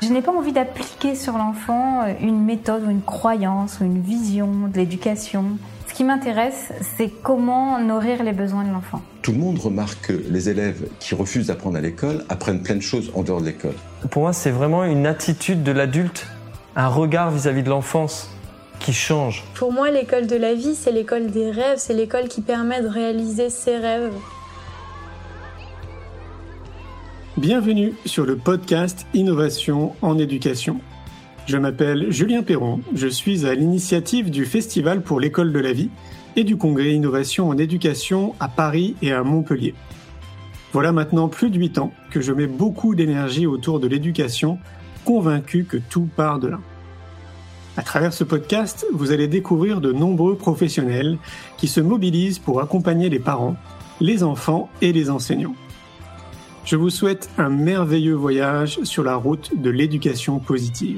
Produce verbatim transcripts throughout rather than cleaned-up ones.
Je n'ai pas envie d'appliquer sur l'enfant une méthode ou une croyance ou une vision de l'éducation. Ce qui m'intéresse, c'est comment nourrir les besoins de l'enfant. Tout le monde remarque que les élèves qui refusent d'apprendre à l'école apprennent plein de choses en dehors de l'école. Pour moi, c'est vraiment une attitude de l'adulte, un regard vis-à-vis de l'enfance qui change. Pour moi, l'école de la vie, c'est l'école des rêves, c'est l'école qui permet de réaliser ses rêves. Bienvenue sur le podcast Innovation en éducation. Je m'appelle Julien Perron, je suis à l'initiative du Festival pour l'école de la vie et du congrès Innovation en éducation à Paris et à Montpellier. Voilà maintenant plus de huit ans que je mets beaucoup d'énergie autour de l'éducation, convaincu que tout part de là. À travers ce podcast, vous allez découvrir de nombreux professionnels qui se mobilisent pour accompagner les parents, les enfants et les enseignants. Je vous souhaite un merveilleux voyage sur la route de l'éducation positive.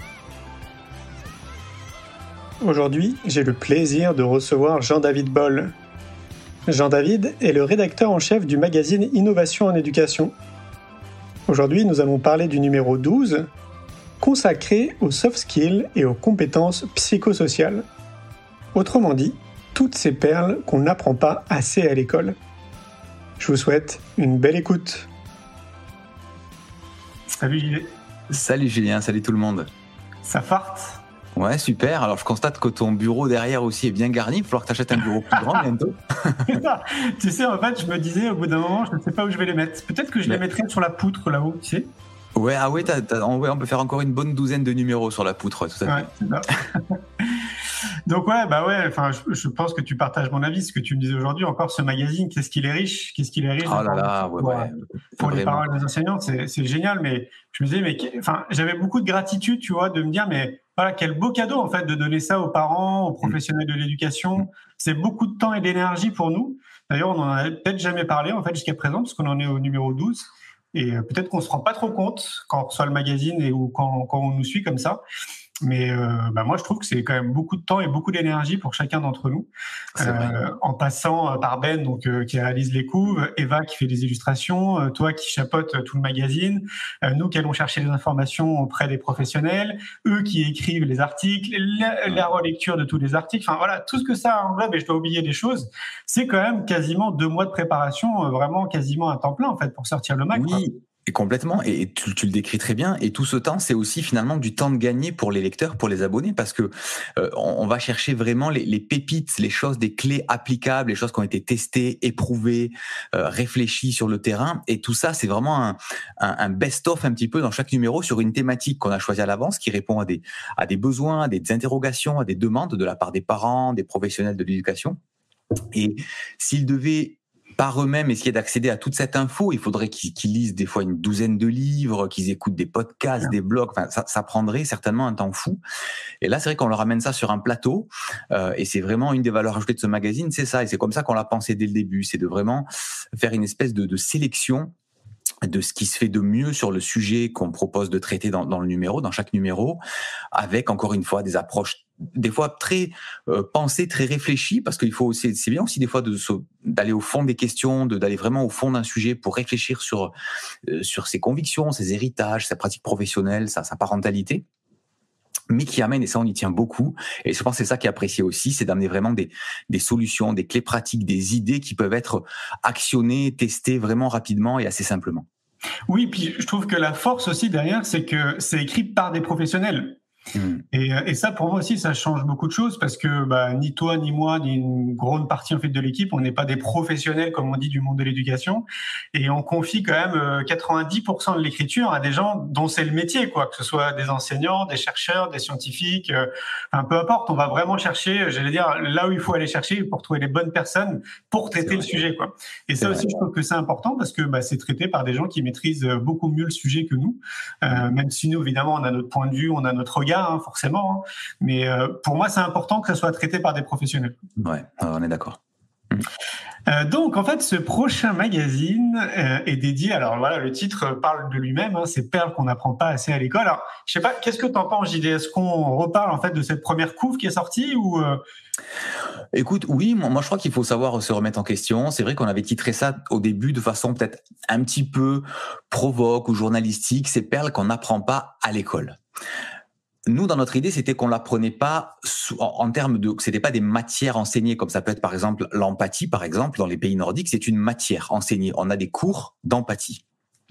Aujourd'hui, j'ai le plaisir de recevoir Jean-David Boll. Jean-David est le rédacteur en chef du magazine Innovation en éducation. Aujourd'hui, nous allons parler du numéro douze, consacré aux soft skills et aux compétences psychosociales. Autrement dit, toutes ces perles qu'on n'apprend pas assez à l'école. Je vous souhaite une belle écoute. Salut Julien. Salut Julien, salut tout le monde. Ça farte? Ouais, super. Alors je constate que ton bureau derrière aussi est bien garni. Il va falloir que tu achètes un bureau plus grand bientôt. Tu sais, en fait, je me disais au bout d'un moment, je ne sais pas où je vais les mettre. Peut-être que je les mettrai sur la poutre là-haut, tu sais. Ouais, ah ouais, t'as, t'as, ouais, on peut faire encore une bonne douzaine de numéros sur la poutre, tout à fait. Ouais, c'est ça. Donc ouais, bah ouais, enfin, je, je pense que tu partages mon avis. Ce que tu me disais aujourd'hui, encore ce magazine, qu'est-ce qu'il est riche, qu'est-ce qu'il est riche. Oh là là, ouais, pour, ouais. Pour les parents et les enseignants, c'est, c'est génial. Mais je me disais, mais enfin, j'avais beaucoup de gratitude, tu vois, de me dire, mais voilà, quel beau cadeau en fait de donner ça aux parents, aux professionnels de l'éducation. C'est beaucoup de temps et d'énergie pour nous. D'ailleurs, on en a peut-être jamais parlé en fait jusqu'à présent, parce qu'on en est au numéro douze. Et peut-être qu'on se rend pas trop compte quand on reçoit le magazine et ou quand, quand on nous suit comme ça. Mais euh, bah moi, je trouve que c'est quand même beaucoup de temps et beaucoup d'énergie pour chacun d'entre nous. Euh, en passant par Ben, donc euh, qui réalise les couves, Eva qui fait les illustrations, euh, toi qui chapeaute tout le magazine, euh, nous qui allons chercher les informations auprès des professionnels, eux qui écrivent les articles, la, la relecture de tous les articles. Enfin voilà, tout ce que ça englobe, et je dois oublier des choses. C'est quand même quasiment deux mois de préparation, euh, vraiment quasiment un temps plein en fait pour sortir le mag. Oui. Quoi. Et complètement, et tu, tu le décris très bien. Et tout ce temps, c'est aussi finalement du temps de gagner pour les lecteurs, pour les abonnés, parce que euh, on, on va chercher vraiment les, les pépites, les choses, des clés applicables, les choses qui ont été testées, éprouvées, euh, réfléchies sur le terrain. Et tout ça, c'est vraiment un, un, un best-of un petit peu dans chaque numéro sur une thématique qu'on a choisie à l'avance, qui répond à des à des besoins, à des interrogations, à des demandes de la part des parents, des professionnels de l'éducation. Et s'ils devaient par eux-mêmes essayer d'accéder à toute cette info, il faudrait qu'ils, qu'ils lisent des fois une douzaine de livres, qu'ils écoutent des podcasts, des blogs. Enfin, ça, ça prendrait certainement un temps fou. Et là, c'est vrai qu'on leur amène ça sur un plateau, euh, et c'est vraiment une des valeurs ajoutées de ce magazine, c'est ça. Et c'est comme ça qu'on l'a pensé dès le début, c'est de vraiment faire une espèce de, de sélection de ce qui se fait de mieux sur le sujet qu'on propose de traiter dans, dans le numéro, dans chaque numéro, avec encore une fois des approches des fois très euh, pensées, très réfléchies, parce qu'il faut aussi, c'est bien aussi des fois de, d'aller au fond des questions, de, d'aller vraiment au fond d'un sujet pour réfléchir sur euh, sur ses convictions, ses héritages, sa pratique professionnelle, sa, sa parentalité, mais qui amène, et ça on y tient beaucoup, et je pense que c'est ça qui est apprécié aussi, c'est d'amener vraiment des, des solutions, des clés pratiques, des idées qui peuvent être actionnées, testées vraiment rapidement et assez simplement. Oui, puis je trouve que la force aussi derrière, c'est que c'est écrit par des professionnels. Mmh. Et, et ça, pour moi aussi, ça change beaucoup de choses parce que bah, ni toi, ni moi, ni une grande partie en fait de l'équipe, on n'est pas des professionnels, comme on dit, du monde de l'éducation. Et on confie quand même quatre-vingt-dix pour cent de l'écriture à des gens dont c'est le métier, quoi, que ce soit des enseignants, des chercheurs, des scientifiques, euh, enfin, peu importe. On va vraiment chercher, j'allais dire, là où il faut aller chercher pour trouver les bonnes personnes pour traiter le sujet, quoi. Et ça aussi, je trouve que c'est important parce que bah, c'est traité par des gens qui maîtrisent beaucoup mieux le sujet que nous. Euh, même si nous, évidemment, on a notre point de vue, on a notre regard. Hein, forcément, hein. Mais euh, pour moi, c'est important que ça soit traité par des professionnels. Ouais, on est d'accord. Mmh. Euh, donc, en fait, ce prochain magazine euh, est dédié. Alors voilà, le titre parle de lui-même. Hein, c'est perles qu'on n'apprend pas assez à l'école. Alors, je sais pas, qu'est-ce que t'en penses, J D ? Est-ce qu'on reparle en fait de cette première couve qui est sortie ou euh... Écoute, oui, moi, moi je crois qu'il faut savoir se remettre en question. C'est vrai qu'on avait titré ça au début de façon peut-être un petit peu provoque ou journalistique, ces perles qu'on n'apprend pas à l'école. Nous, dans notre idée, c'était qu'on l'apprenait pas sous, en, en termes de, c'était pas des matières enseignées comme ça peut être par exemple l'empathie, par exemple dans les pays nordiques, c'est une matière enseignée. On a des cours d'empathie.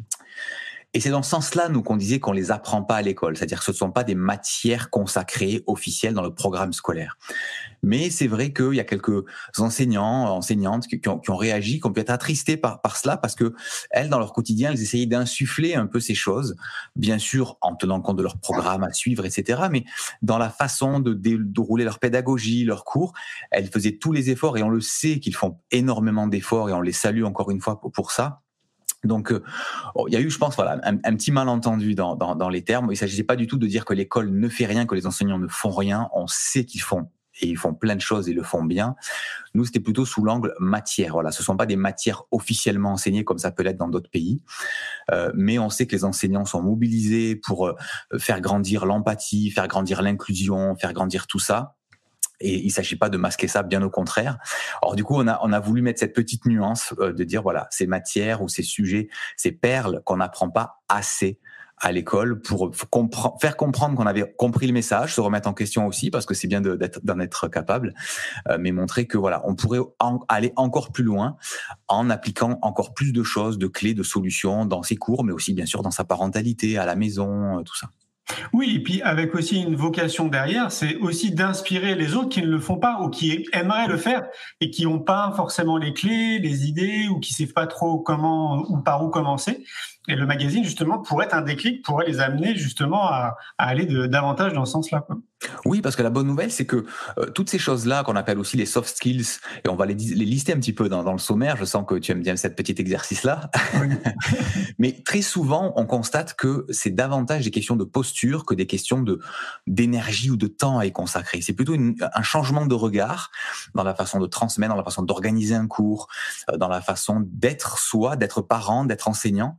Et c'est dans ce sens-là, nous, qu'on disait qu'on les apprend pas à l'école. C'est-à-dire que ce ne sont pas des matières consacrées, officielles dans le programme scolaire. Mais c'est vrai qu'il y a quelques enseignants, enseignantes qui, qui, ont, qui ont réagi, qui ont pu être attristés par, par cela, parce que elles, dans leur quotidien, elles essayaient d'insuffler un peu ces choses, bien sûr, en tenant compte de leur programme à suivre, et cetera. Mais dans la façon de dérouler leur pédagogie, leur cours, elles faisaient tous les efforts, et on le sait qu'ils font énormément d'efforts, et on les salue encore une fois pour, pour ça. Donc, euh, oh, il y a eu, je pense, voilà, un, un petit malentendu dans, dans, dans les termes. Il ne s'agissait pas du tout de dire que l'école ne fait rien, que les enseignants ne font rien. On sait qu'ils font, et ils font plein de choses et le font bien. Nous, c'était plutôt sous l'angle matière. Voilà, ce ne sont pas des matières officiellement enseignées comme ça peut l'être dans d'autres pays. Euh, mais on sait que les enseignants sont mobilisés pour euh, faire grandir l'empathie, faire grandir l'inclusion, faire grandir tout ça. Et il ne s'agit pas de masquer ça, bien au contraire. Alors du coup, on a, on a voulu mettre cette petite nuance euh, de dire, voilà, ces matières ou ces sujets, ces perles qu'on n'apprend pas assez à l'école pour compre- faire comprendre qu'on avait compris le message, se remettre en question aussi, parce que c'est bien de, d'être, d'en être capable, euh, mais montrer que voilà, on pourrait en, aller encore plus loin en appliquant encore plus de choses, de clés, de solutions dans ses cours, mais aussi bien sûr dans sa parentalité, à la maison, euh, tout ça. Oui, et puis avec aussi une vocation derrière, c'est aussi d'inspirer les autres qui ne le font pas ou qui aimeraient le faire et qui n'ont pas forcément les clés, les idées ou qui ne savent pas trop comment ou par où commencer. Et le magazine, justement, pourrait être un déclic, pourrait les amener justement à, à aller de, davantage dans ce sens-là, quoi. Oui, parce que la bonne nouvelle, c'est que euh, toutes ces choses-là qu'on appelle aussi les soft skills, et on va les, les lister un petit peu dans, dans le sommaire, je sens que tu aimes bien cette petit exercice-là, oui. Mais très souvent, on constate que c'est davantage des questions de posture que des questions de, d'énergie ou de temps à y consacrer. C'est plutôt une, un changement de regard dans la façon de transmettre, dans la façon d'organiser un cours, euh, dans la façon d'être soi, d'être parent, d'être enseignant.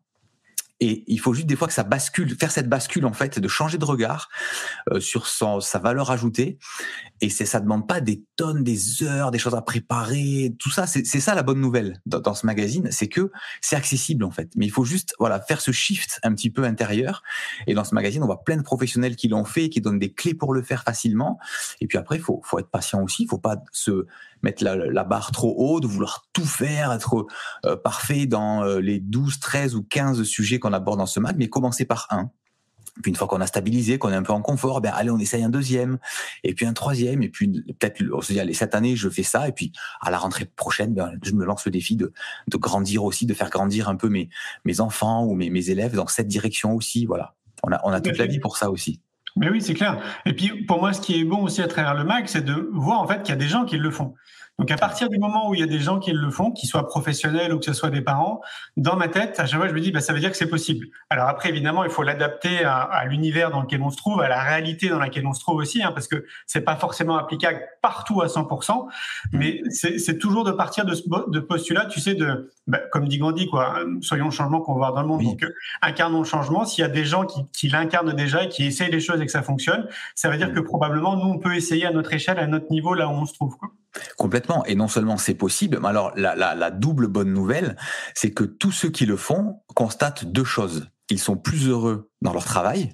Et il faut juste des fois que ça bascule, faire cette bascule en fait, de changer de regard euh, sur son, sa valeur ajoutée. Et c'est, ça demande pas des tonnes, des heures, des choses à préparer, tout ça. C'est, c'est ça la bonne nouvelle dans, dans ce magazine, c'est que c'est accessible en fait. Mais il faut juste voilà faire ce shift un petit peu intérieur. Et dans ce magazine, on voit plein de professionnels qui l'ont fait, qui donnent des clés pour le faire facilement. Et puis après, il faut, faut être patient aussi. Il faut pas se mettre la, la barre trop haut, de vouloir tout faire, être euh, parfait dans euh, les douze, treize ou quinze sujets qu'on aborde dans ce mag, mais commencer par un. Puis une fois qu'on a stabilisé, qu'on est un peu en confort, ben allez, on essaye un deuxième, et puis un troisième, et puis peut-être on se dit allez, cette année je fais ça, et puis à la rentrée prochaine, ben je me lance le défi de de grandir aussi, de faire grandir un peu mes mes enfants ou mes mes élèves dans cette direction aussi. Voilà, on a on a toute la vie pour ça aussi. Mais oui, c'est clair. Et puis, pour moi, ce qui est bon aussi à travers le mag, c'est de voir en fait qu'il y a des gens qui le font. Donc, à partir du moment où il y a des gens qui le font, qu'ils soient professionnels ou que ce soit des parents, dans ma tête, à chaque fois, je me dis, bah, ça veut dire que c'est possible. Alors après, évidemment, il faut l'adapter à, à l'univers dans lequel on se trouve, à la réalité dans laquelle on se trouve aussi, hein, parce que c'est pas forcément applicable partout à cent pour cent, mais c'est, c'est toujours de partir de ce de postulat, tu sais, de, bah, comme dit Gandhi, quoi, soyons le changement qu'on va voir dans le monde. Oui. Donc, euh, incarnons le changement. S'il y a des gens qui, qui l'incarnent déjà et qui essayent les choses et que ça fonctionne, ça veut dire que probablement, nous, on peut essayer à notre échelle, à notre niveau, là où on se trouve, quoi. Complètement. Et non seulement c'est possible, mais alors la, la, la double bonne nouvelle, c'est que tous ceux qui le font constatent deux choses. Ils sont plus heureux dans leur travail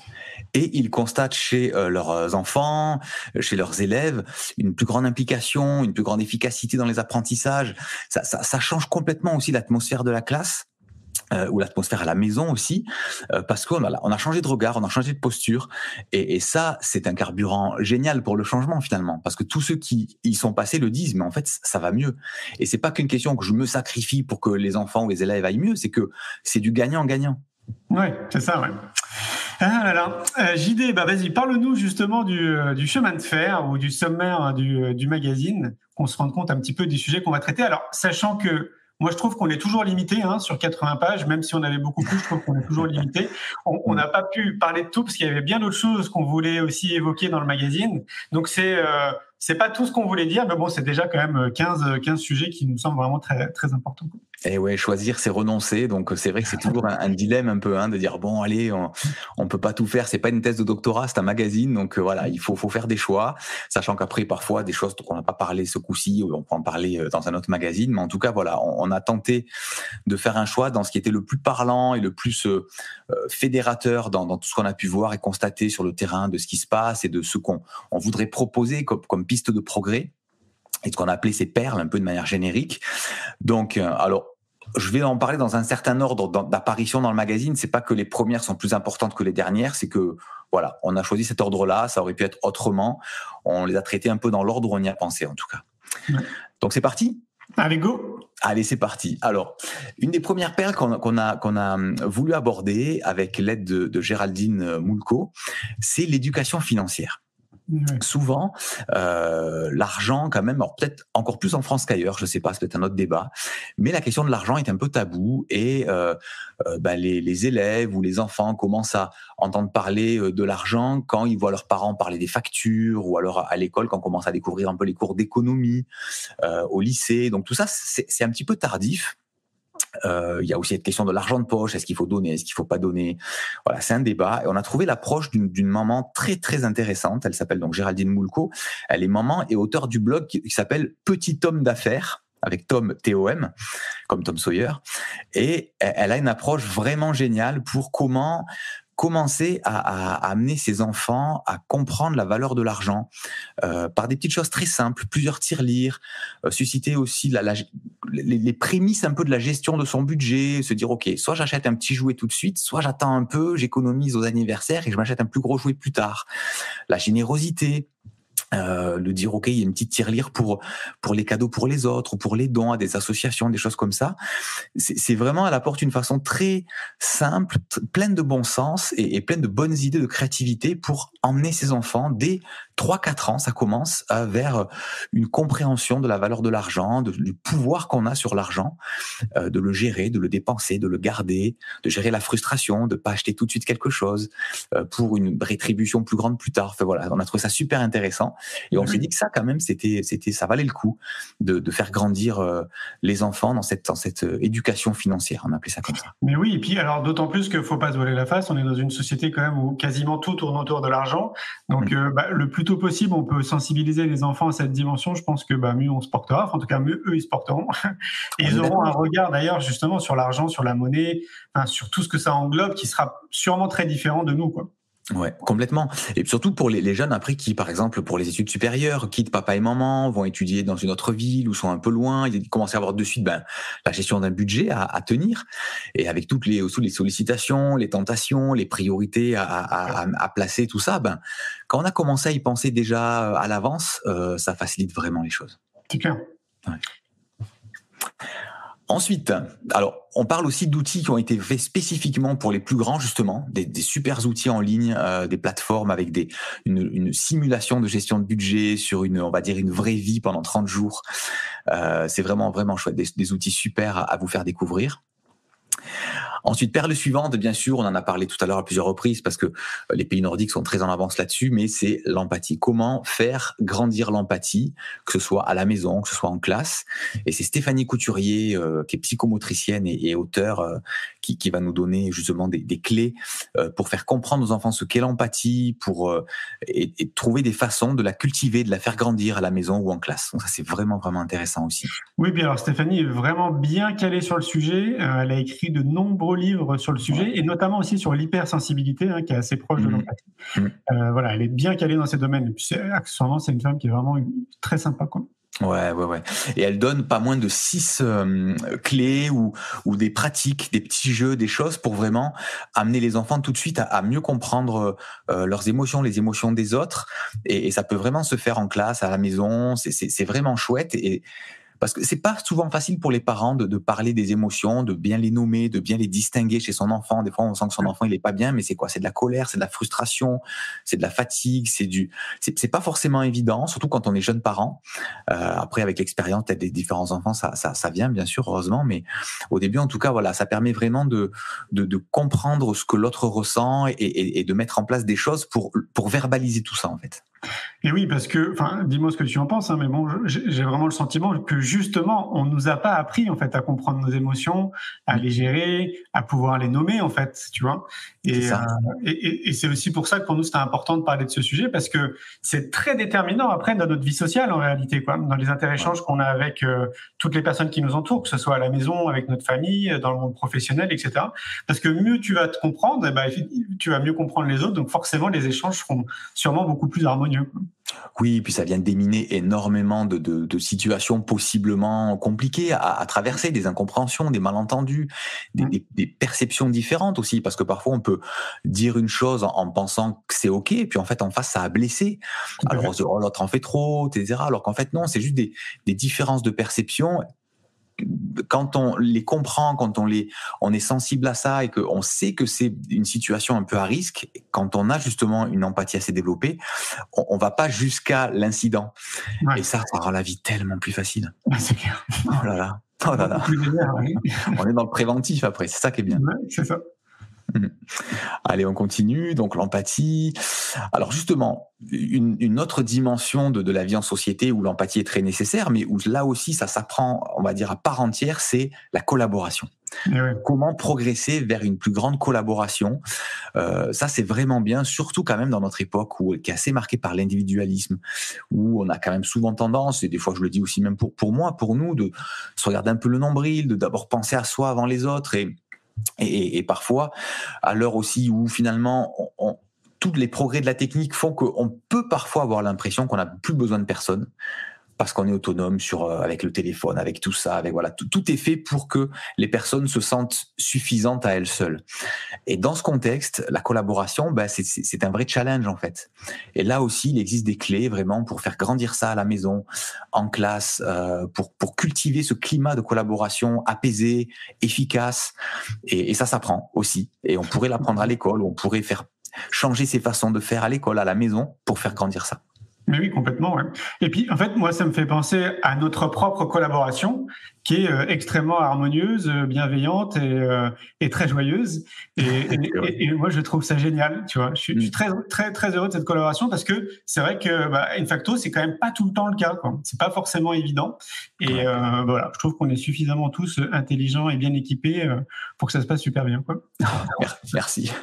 et ils constatent chez euh, leurs enfants, chez leurs élèves, une plus grande implication, une plus grande efficacité dans les apprentissages. Ça, ça, ça change complètement aussi l'atmosphère de la classe. Euh, ou l'atmosphère à la maison aussi, euh, parce qu'on a, on a changé de regard, on a changé de posture, et, et ça, c'est un carburant génial pour le changement finalement, parce que tous ceux qui y sont passés le disent, mais en fait, ça va mieux. Et c'est pas qu'une question que je me sacrifie pour que les enfants ou les élèves aillent mieux, c'est que c'est du gagnant-gagnant. Ouais, c'est ça, ouais. Ah là là. Euh, J D, bah vas-y, parle-nous justement du, du chemin de fer ou du sommaire du, du magazine, qu'on se rende compte un petit peu des sujets qu'on va traiter. Alors, sachant que moi, je trouve qu'on est toujours limité hein, sur quatre-vingts pages, même si on avait beaucoup plus, je trouve qu'on est toujours limité. On n'a pas pu parler de tout parce qu'il y avait bien d'autres choses qu'on voulait aussi évoquer dans le magazine. Donc, c'est euh, c'est pas tout ce qu'on voulait dire, mais bon, c'est déjà quand même quinze, quinze sujets qui nous semblent vraiment très, très importants. Et ouais, choisir, c'est renoncer. Donc, c'est vrai que c'est toujours un, un dilemme un peu, hein, de dire bon, allez, on, on peut pas tout faire. C'est pas une thèse de doctorat, c'est un magazine. Donc, euh, voilà, il faut, faut faire des choix. Sachant qu'après, parfois, des choses qu'on n'a pas parlé ce coup-ci, on peut en parler dans un autre magazine. Mais en tout cas, voilà, on, on a tenté de faire un choix dans ce qui était le plus parlant et le plus euh, fédérateur dans, dans tout ce qu'on a pu voir et constater sur le terrain de ce qui se passe et de ce qu'on on voudrait proposer comme, comme piste de progrès. Et ce qu'on a appelé ces perles, un peu de manière générique. Donc, euh, alors, je vais en parler dans un certain ordre d'apparition dans le magazine. C'est pas que les premières sont plus importantes que les dernières, c'est que, voilà, on a choisi cet ordre-là, ça aurait pu être autrement. On les a traités un peu dans l'ordre où on y a pensé, en tout cas. Ouais. Donc, c'est parti ? Allez, go ! Allez, c'est parti. Alors, une des premières perles qu'on a, qu'on a, qu'on a voulu aborder avec l'aide de, de Géraldine Moulko, c'est l'éducation financière. Oui. Souvent, euh, l'argent, quand même, alors peut-être encore plus en France qu'ailleurs, je sais pas, c'est peut-être un autre débat, mais la question de l'argent est un peu tabou et euh, euh, bah, les, les élèves ou les enfants commencent à entendre parler de l'argent quand ils voient leurs parents parler des factures ou alors à l'école quand on commence à découvrir un peu les cours d'économie euh, au lycée. Donc tout ça, c'est, c'est un petit peu tardif. Euh, il y a aussi cette question de l'argent de poche, est-ce qu'il faut donner, est-ce qu'il faut pas donner. Voilà, c'est un débat et on a trouvé l'approche d'une, d'une maman très très intéressante. Elle s'appelle donc Géraldine Moulko. Elle est maman et auteure du blog qui, qui s'appelle Petit Tom d'affaires avec Tom T O M comme Tom Sawyer et elle a une approche vraiment géniale pour comment commencer à, à, à amener ses enfants à comprendre la valeur de l'argent euh, par des petites choses très simples, plusieurs tirelires, euh, susciter aussi la, la, les, les prémices un peu de la gestion de son budget, se dire ok, soit j'achète un petit jouet tout de suite, soit j'attends un peu, j'économise aux anniversaires et je m'achète un plus gros jouet plus tard. La générosité. Euh, le dire ok, il y a une petite tirelire pour pour les cadeaux pour les autres ou pour les dons à des associations, des choses comme ça. C'est, c'est vraiment, elle apporte une façon très simple, t- pleine de bon sens et, et pleine de bonnes idées de créativité pour emmener ses enfants dès trois quatre ans, ça commence euh, vers une compréhension de la valeur de l'argent, de, du pouvoir qu'on a sur l'argent, euh, de le gérer, de le dépenser, de le garder, de gérer la frustration, de pas acheter tout de suite quelque chose euh, pour une rétribution plus grande plus tard. Enfin voilà, on a trouvé ça super intéressant. Et on s'est dit que ça, quand même, c'était, c'était, ça valait le coup de, de faire grandir euh, les enfants dans cette, dans cette euh, éducation financière. On appelait ça comme ça. Mais oui, et puis alors d'autant plus qu'il faut pas se voiler la face. On est dans une société quand même où quasiment tout tourne autour de l'argent. Donc mmh. euh, bah, le plus tôt possible, on peut sensibiliser les enfants à cette dimension. Je pense que bah, mieux on se portera. Enfin, en tout cas, mieux eux ils se porteront. Et ils auront un regard d'ailleurs justement sur l'argent, sur la monnaie, enfin, sur tout ce que ça englobe, qui sera sûrement très différent de nous, quoi. Ouais, complètement. Et surtout pour les, les jeunes après qui, par exemple, pour les études supérieures, quittent papa et maman, vont étudier dans une autre ville ou sont un peu loin, ils commencent à avoir de suite ben, la gestion d'un budget à, à tenir. Et avec toutes les, aussi les sollicitations, les tentations, les priorités à, à, à, à placer, tout ça, ben, quand on a commencé à y penser déjà à l'avance, euh, ça facilite vraiment les choses. C'est clair. Ouais. Ensuite, alors on parle aussi d'outils qui ont été faits spécifiquement pour les plus grands, justement, des, des super outils en ligne, euh, des plateformes avec des une, une simulation de gestion de budget sur une, on va dire une vraie vie pendant trente jours. Euh, c'est vraiment vraiment chouette, des, des outils super à, à vous faire découvrir. Ensuite, perle suivante, bien sûr, on en a parlé tout à l'heure à plusieurs reprises parce que les pays nordiques sont très en avance là-dessus, mais c'est l'empathie. Comment faire grandir l'empathie, que ce soit à la maison, que ce soit en classe. Et c'est Stéphanie Couturier, euh, qui est psychomotricienne et, et auteure, euh, qui, qui va nous donner justement des, des clés euh, pour faire comprendre aux enfants ce qu'est l'empathie, pour euh, et, et trouver des façons de la cultiver, de la faire grandir à la maison ou en classe. Donc ça, c'est vraiment, vraiment intéressant aussi. Oui, bien alors Stéphanie est vraiment bien calée sur le sujet. Euh, elle a écrit de nombreux livres sur le sujet, ouais. Et notamment aussi sur l'hypersensibilité, hein, qui est assez proche mmh. de l'empathie. Mmh. Euh, voilà, elle est bien calée dans ces domaines. Et puis, c'est, accessoirement, c'est une femme qui est vraiment très sympa, quoi. Ouais, ouais, ouais. Et elle donne pas moins de six euh, clés ou ou des pratiques, des petits jeux, des choses pour vraiment amener les enfants tout de suite à, à mieux comprendre euh, leurs émotions, les émotions des autres. Et, et ça peut vraiment se faire en classe, à la maison. C'est, c'est, c'est vraiment chouette. Et parce que c'est pas souvent facile pour les parents de, de parler des émotions, de bien les nommer, de bien les distinguer chez son enfant. Des fois, on sent que son enfant il est pas bien, mais c'est quoi ? C'est de la colère, c'est de la frustration, c'est de la fatigue, c'est du, c'est, c'est pas forcément évident, surtout quand on est jeune parent. Euh, après, avec l'expérience peut-être des différents enfants, ça, ça, ça vient bien sûr, heureusement, mais au début, en tout cas, voilà, ça permet vraiment de, de, de comprendre ce que l'autre ressent et, et, et de mettre en place des choses pour, pour verbaliser tout ça, en fait. Et oui, parce que, enfin, dis-moi ce que tu en penses, hein, mais bon, j'ai j'ai vraiment le sentiment que justement, on nous a pas appris en fait à comprendre nos émotions, à les gérer, à pouvoir les nommer en fait, tu vois. C'est Et, euh, ça. et, et- et c'est aussi pour ça que pour nous c'était important de parler de ce sujet parce que c'est très déterminant après dans notre vie sociale en réalité, quoi, dans les interéchanges qu'on a avec euh, toutes les personnes qui nous entourent, que ce soit à la maison, avec notre famille, dans le monde professionnel, et cetera. Parce que mieux tu vas te comprendre, eh ben, tu vas mieux comprendre les autres, donc forcément les échanges seront sûrement beaucoup plus harmonieux, quoi. Oui, puis ça vient déminer énormément de, de, de situations possiblement compliquées à, à traverser, des incompréhensions, des malentendus, des, Mm. des, des perceptions différentes aussi, parce que parfois on peut dire une chose en, en pensant que c'est ok, et puis en fait en face ça a blessé. Tout à Alors fait. on se dit, oh, l'autre en fait trop, et cetera. Alors qu'en fait non, c'est juste des, des différences de perception. Quand on les comprend, quand on les, on est sensible à ça et qu'on sait que c'est une situation un peu à risque, quand on a justement une empathie assez développée, on, on va pas jusqu'à l'incident. Ouais. Et ça, ça rend la vie tellement plus facile. Ouais, c'est clair. Oh là là, oh là là. Beaucoup plus vénère, ouais. On est dans le préventif après, c'est ça qui est bien. Ouais, c'est ça. Allez, on continue. Donc l'empathie. Alors justement, une, une autre dimension de, de la vie en société où l'empathie est très nécessaire, mais où là aussi ça s'apprend, on va dire à part entière, c'est la collaboration. Et ouais. Comment progresser vers une plus grande collaboration. Euh, ça, c'est vraiment bien, surtout quand même dans notre époque où, qui est assez marquée par l'individualisme, où on a quand même souvent tendance, et des fois je le dis aussi même pour, pour moi, pour nous, de se regarder un peu le nombril, de d'abord penser à soi avant les autres, et, et, et parfois, à l'heure aussi où finalement, on, on, tous les progrès de la technique font qu'on peut parfois avoir l'impression qu'on n'a plus besoin de personne, parce qu'on est autonome sur euh, avec le téléphone, avec tout ça, avec voilà, tout, tout est fait pour que les personnes se sentent suffisantes à elles seules. Et dans ce contexte, la collaboration, ben, c'est, c'est, c'est un vrai challenge en fait. Et là aussi, il existe des clés vraiment pour faire grandir ça à la maison, en classe, euh, pour pour cultiver ce climat de collaboration apaisé, efficace. Et, et ça s'apprend aussi. Et on pourrait l'apprendre à l'école, on pourrait faire changer ses façons de faire à l'école, à la maison, pour faire grandir ça. Mais oui, complètement. Ouais. Et puis, en fait, moi, ça me fait penser à notre propre collaboration, qui est euh, extrêmement harmonieuse, euh, bienveillante et, euh, et très joyeuse. Et, et, et, et moi, je trouve ça génial. Tu vois, je suis, je suis très, très, très heureux de cette collaboration parce que c'est vrai que bah, Infacto, c'est quand même pas tout le temps le cas, quoi. C'est pas forcément évident. Et euh, voilà, je trouve qu'on est suffisamment tous intelligents et bien équipés euh, pour que ça se passe super bien, quoi. Merci.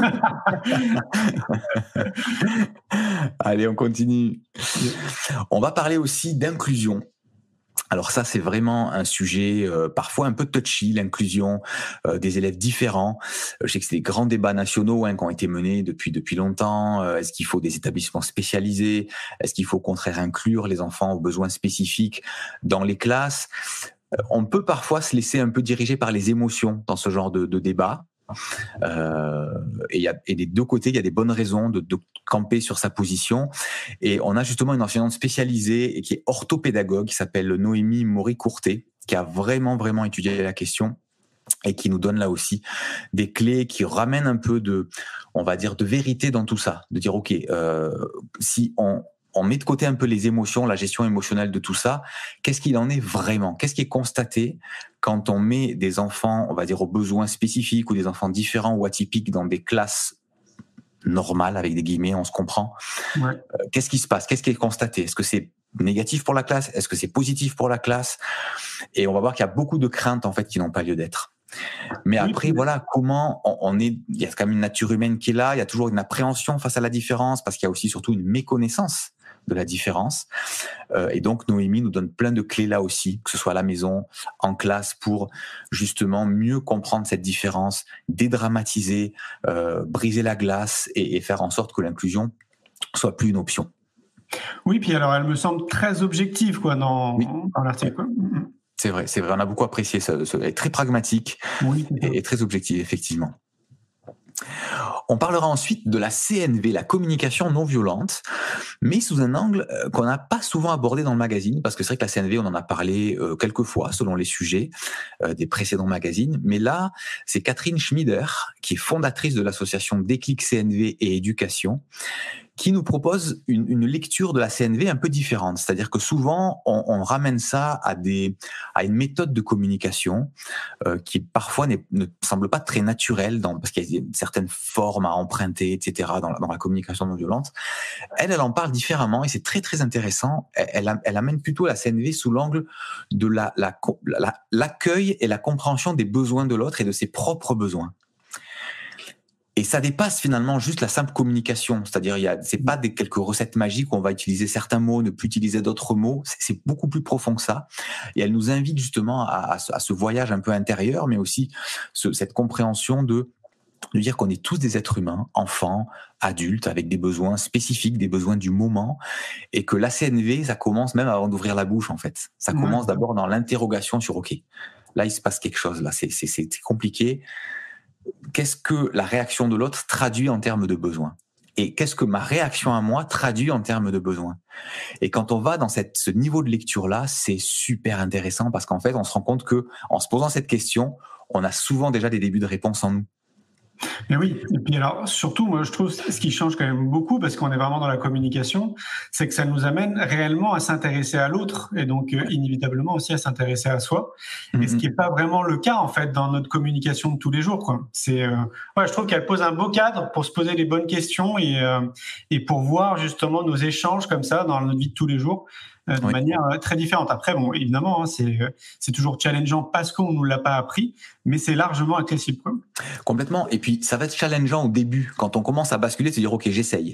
Allez, on continue. On va parler aussi d'inclusion. Alors ça, c'est vraiment un sujet euh, parfois un peu touchy, l'inclusion euh, des élèves différents. Euh, je sais que c'est des grands débats nationaux hein, qui ont été menés depuis depuis longtemps. Euh, est-ce qu'il faut des établissements spécialisés? Est-ce qu'il faut au contraire inclure les enfants aux besoins spécifiques dans les classes? euh, On peut parfois se laisser un peu diriger par les émotions dans ce genre de, de débat. Euh, et, y a, et des deux côtés, il y a des bonnes raisons de, de camper sur sa position. Et on a justement une enseignante spécialisée et qui est orthopédagogue, qui s'appelle Noémie Maury-Courtet, qui a vraiment, vraiment étudié la question et qui nous donne là aussi des clés qui ramènent un peu de, on va dire, de vérité dans tout ça. De dire, OK, euh, si on... on met de côté un peu les émotions, la gestion émotionnelle de tout ça. Qu'est-ce qu'il en est vraiment? Qu'est-ce qui est constaté quand on met des enfants, on va dire, aux besoins spécifiques ou des enfants différents ou atypiques dans des classes normales, avec des guillemets, on se comprend. Ouais. Euh, qu'est-ce qui se passe? Qu'est-ce qui est constaté? Est-ce que c'est négatif pour la classe? Est-ce que c'est positif pour la classe? Et on va voir qu'il y a beaucoup de craintes, en fait, qui n'ont pas lieu d'être. Mais après, oui, voilà, comment on, on est, il y a quand même une nature humaine qui est là, il y a toujours une appréhension face à la différence, parce qu'il y a aussi surtout une méconnaissance de la différence. Euh, et donc, Noémie nous donne plein de clés là aussi, que ce soit à la maison, en classe, pour justement mieux comprendre cette différence, dédramatiser, euh, briser la glace et, et faire en sorte que l'inclusion soit plus une option. Oui, puis alors, elle me semble très objective, quoi, dans, oui. dans l'article, quoi. C'est vrai, c'est vrai, on a beaucoup apprécié ça, ça elle est très pragmatique oui, et, et très objective, effectivement. On parlera ensuite de la C N V, la communication non violente, mais sous un angle qu'on n'a pas souvent abordé dans le magazine, parce que c'est vrai que la C N V, on en a parlé euh, quelques fois selon les sujets euh, des précédents magazines, mais là, c'est Catherine Schmieder, qui est fondatrice de l'association Déclic C N V et Éducation, qui nous propose une, une lecture de la C N V un peu différente. C'est-à-dire que souvent, on, on ramène ça à, des, à une méthode de communication euh, qui parfois ne semble pas très naturelle, dans, parce qu'il y a certaines formes à emprunter, et cetera, dans la, dans la communication non violente. Elle, elle en parle différemment et c'est très, très intéressant. Elle, elle, elle amène plutôt la C N V sous l'angle de la, la, la, l'accueil et la compréhension des besoins de l'autre et de ses propres besoins. Et ça dépasse finalement juste la simple communication, c'est-à-dire il y a, c'est pas des quelques recettes magiques où on va utiliser certains mots, ne plus utiliser d'autres mots. C'est, c'est beaucoup plus profond que ça. Et elle nous invite justement à, à, ce, à ce voyage un peu intérieur, mais aussi ce, cette compréhension de de dire qu'on est tous des êtres humains, enfants, adultes, avec des besoins spécifiques, des besoins du moment, et que la C N V, ça commence même avant d'ouvrir la bouche en fait. Ça commence ouais. d'abord dans l'interrogation sur ok, là il se passe quelque chose, là c'est c'est c'est compliqué. Qu'est-ce que la réaction de l'autre traduit en termes de besoins? Et qu'est-ce que ma réaction à moi traduit en termes de besoins? Et quand on va dans cette, ce niveau de lecture-là, c'est super intéressant parce qu'en fait, on se rend compte que, en se posant cette question, on a souvent déjà des débuts de réponse en nous. Mais oui, et puis alors surtout, moi je trouve ce qui change quand même beaucoup, parce qu'on est vraiment dans la communication, c'est que ça nous amène réellement à s'intéresser à l'autre et donc euh, inévitablement aussi à s'intéresser à soi. Mm-hmm. Et ce qui n'est pas vraiment le cas en fait dans notre communication de tous les jours, quoi. C'est, euh, ouais, je trouve qu'elle pose un beau cadre pour se poser les bonnes questions et euh, et pour voir justement nos échanges comme ça dans notre vie de tous les jours. Euh, de oui. manière euh, très différente. Après, bon, évidemment, hein, c'est euh, c'est toujours challengeant parce qu'on nous l'a pas appris, mais c'est largement accessible. Quoi. Complètement. Et puis, ça va être challengeant au début, quand on commence à basculer, de se dire, ok, j'essaye.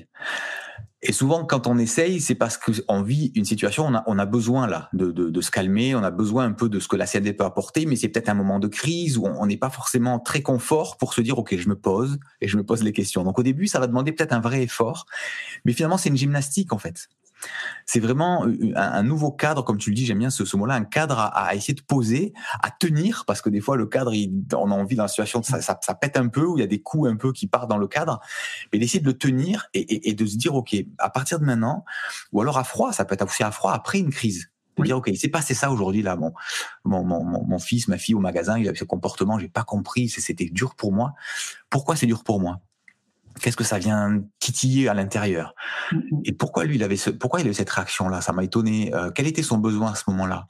Et souvent, quand on essaye, c'est parce qu'on vit une situation, on a, on a besoin là de, de, de se calmer, on a besoin un peu de ce que la C N V peut apporter, mais c'est peut-être un moment de crise où on n'est pas forcément très confort pour se dire, ok, je me pose et je me pose les questions. Donc au début, ça va demander peut-être un vrai effort, mais finalement, c'est une gymnastique en fait. C'est vraiment un, un nouveau cadre, comme tu le dis, j'aime bien ce, ce mot-là, un cadre à, à essayer de poser, à tenir, parce que des fois le cadre, il, on a envie dans la situation, ça, ça, ça pète un peu, où il y a des coups un peu qui partent dans le cadre, mais d'essayer de le tenir et, et, et de se dire, ok, à partir de maintenant, ou alors à froid, ça peut être aussi à froid après une crise. De oui. dire, ok, il s'est passé ça aujourd'hui là, mon, mon, mon, mon fils, ma fille au magasin, il avait ce comportement, j'ai pas compris, c'était dur pour moi. Pourquoi c'est dur pour moi? Qu'est-ce que ça vient titiller à l'intérieur? Et pourquoi lui, il avait ce, pourquoi il avait cette réaction-là? Ça m'a étonné. Euh, quel était son besoin à ce moment-là?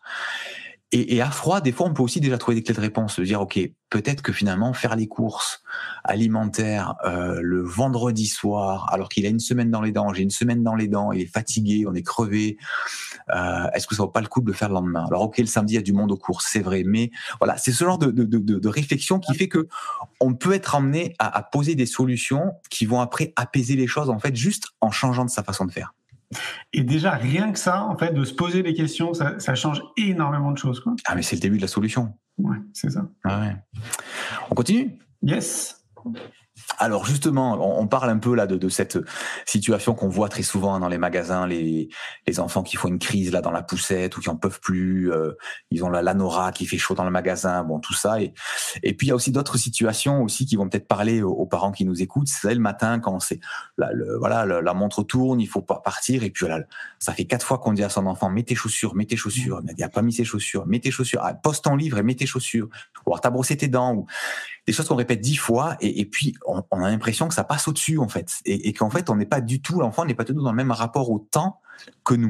Et, et à froid, des fois, on peut aussi déjà trouver des clés de réponse, se dire, ok, peut-être que finalement, faire les courses alimentaires euh, le vendredi soir, alors qu'il a une semaine dans les dents, j'ai une semaine dans les dents, il est fatigué, on est crevé, euh, est-ce que ça vaut pas le coup de le faire le lendemain? Alors ok, le samedi, il y a du monde aux courses, c'est vrai, mais voilà, c'est ce genre de, de, de, de réflexion qui fait que on peut être amené à, à poser des solutions qui vont après apaiser les choses, en fait, juste en changeant de sa façon de faire. Et déjà, rien que ça, en fait, de se poser des questions, ça, ça change énormément de choses, quoi. Ah, mais c'est le début de la solution. Ouais, c'est ça. Ah ouais. On continue? Yes. Alors justement, on parle un peu là de, de cette situation qu'on voit très souvent dans les magasins, les, les enfants qui font une crise là dans la poussette ou qui en peuvent plus, euh, ils ont la l'anorak qui fait chaud dans le magasin, bon tout ça. Et, et puis il y a aussi d'autres situations aussi qui vont peut-être parler aux, aux parents qui nous écoutent. C'est le matin quand c'est là, le, voilà le, la montre tourne, il faut pas partir et puis voilà, ça fait quatre fois qu'on dit à son enfant mets tes chaussures, mets tes chaussures, il a pas mis ses chaussures, mets tes chaussures, ah, pose ton livre et mets tes chaussures, ou alors t'as brossé tes dents ou des choses qu'on répète dix fois et, et puis on, on a l'impression que ça passe au-dessus en fait et, et qu'en fait on n'est pas du tout, l'enfant n'est pas du tout dans le même rapport au temps que nous.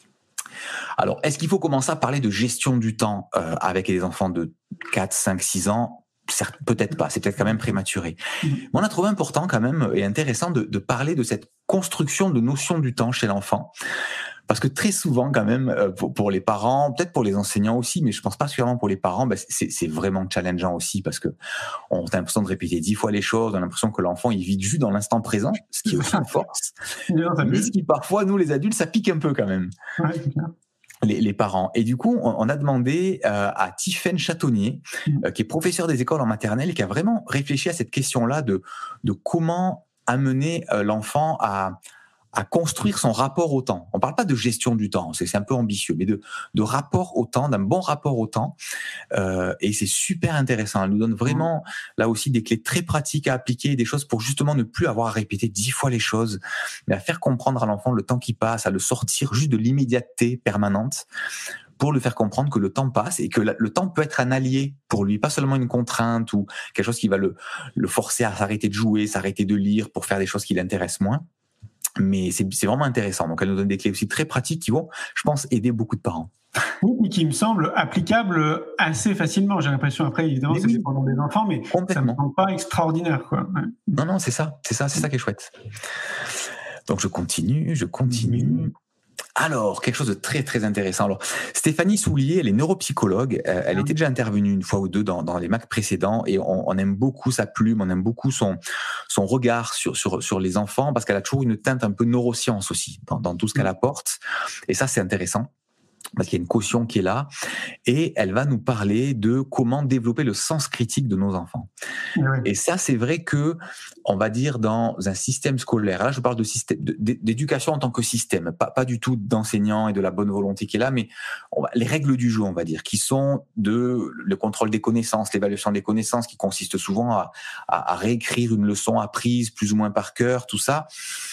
Alors est-ce qu'il faut commencer à parler de gestion du temps euh, avec les enfants de quatre, cinq, six ans? Certes, peut-être pas, c'est peut-être quand même prématuré. Mais on a trouvé important quand même et intéressant de, de parler de cette construction de notion du temps chez l'enfant. Parce que très souvent, quand même, pour, pour les parents, peut-être pour les enseignants aussi, mais je pense particulièrement pour les parents, ben c'est, c'est vraiment challengeant aussi parce que on a l'impression de répéter dix fois les choses, on a l'impression que l'enfant il vit juste dans l'instant présent, ce qui est aussi une force. Mais ce qui parfois, nous les adultes, ça pique un peu quand même. Ouais, c'est clair. Les, les parents. Et du coup, on, on a demandé euh, à Tiffaine Châtonnier, euh, qui est professeure des écoles en maternelle et qui a vraiment réfléchi à cette question-là de, de comment amener euh, l'enfant à à construire son rapport au temps. On parle pas de gestion du temps, c'est, c'est un peu ambitieux, mais de, de rapport au temps, d'un bon rapport au temps. Euh, et c'est super intéressant. Elle nous donne vraiment, là aussi, des clés très pratiques à appliquer, des choses pour justement ne plus avoir à répéter dix fois les choses, mais à faire comprendre à l'enfant le temps qui passe, à le sortir juste de l'immédiateté permanente, pour lui faire comprendre que le temps passe et que le temps peut être un allié pour lui, pas seulement une contrainte ou quelque chose qui va le, le forcer à s'arrêter de jouer, s'arrêter de lire pour faire des choses qui l'intéressent moins. mais c'est, c'est vraiment intéressant. Donc, elle nous donne des clés aussi très pratiques qui vont, je pense, aider beaucoup de parents. Oui, qui me semble applicable assez facilement. J'ai l'impression, après, évidemment, mais c'est oui. dépendant des enfants, mais ça ne me semble pas extraordinaire, quoi. Ouais. Non, non, c'est ça, c'est ça, c'est ça qui est chouette. Donc, je continue, je continue. Mmh. Alors, quelque chose de très, très intéressant. Alors, Stéphanie Soulier, elle est neuropsychologue. Elle, elle était déjà intervenue une fois ou deux dans, dans les M A C précédents et on, on aime beaucoup sa plume, on aime beaucoup son, son regard sur, sur, sur les enfants parce qu'elle a toujours une teinte un peu neuroscience aussi dans, dans tout ce qu'elle apporte. Et ça, c'est intéressant. Parce qu'il y a une caution qui est là, et elle va nous parler de comment développer le sens critique de nos enfants. Oui. Et ça, c'est vrai que, on va dire, dans un système scolaire, là je parle de système, de, d'éducation en tant que système, pas, pas du tout d'enseignants et de la bonne volonté qui est là, mais on va, les règles du jeu, on va dire, qui sont de le contrôle des connaissances, l'évaluation des connaissances, qui consiste souvent à, à, à réécrire une leçon apprise plus ou moins par cœur, tout ça.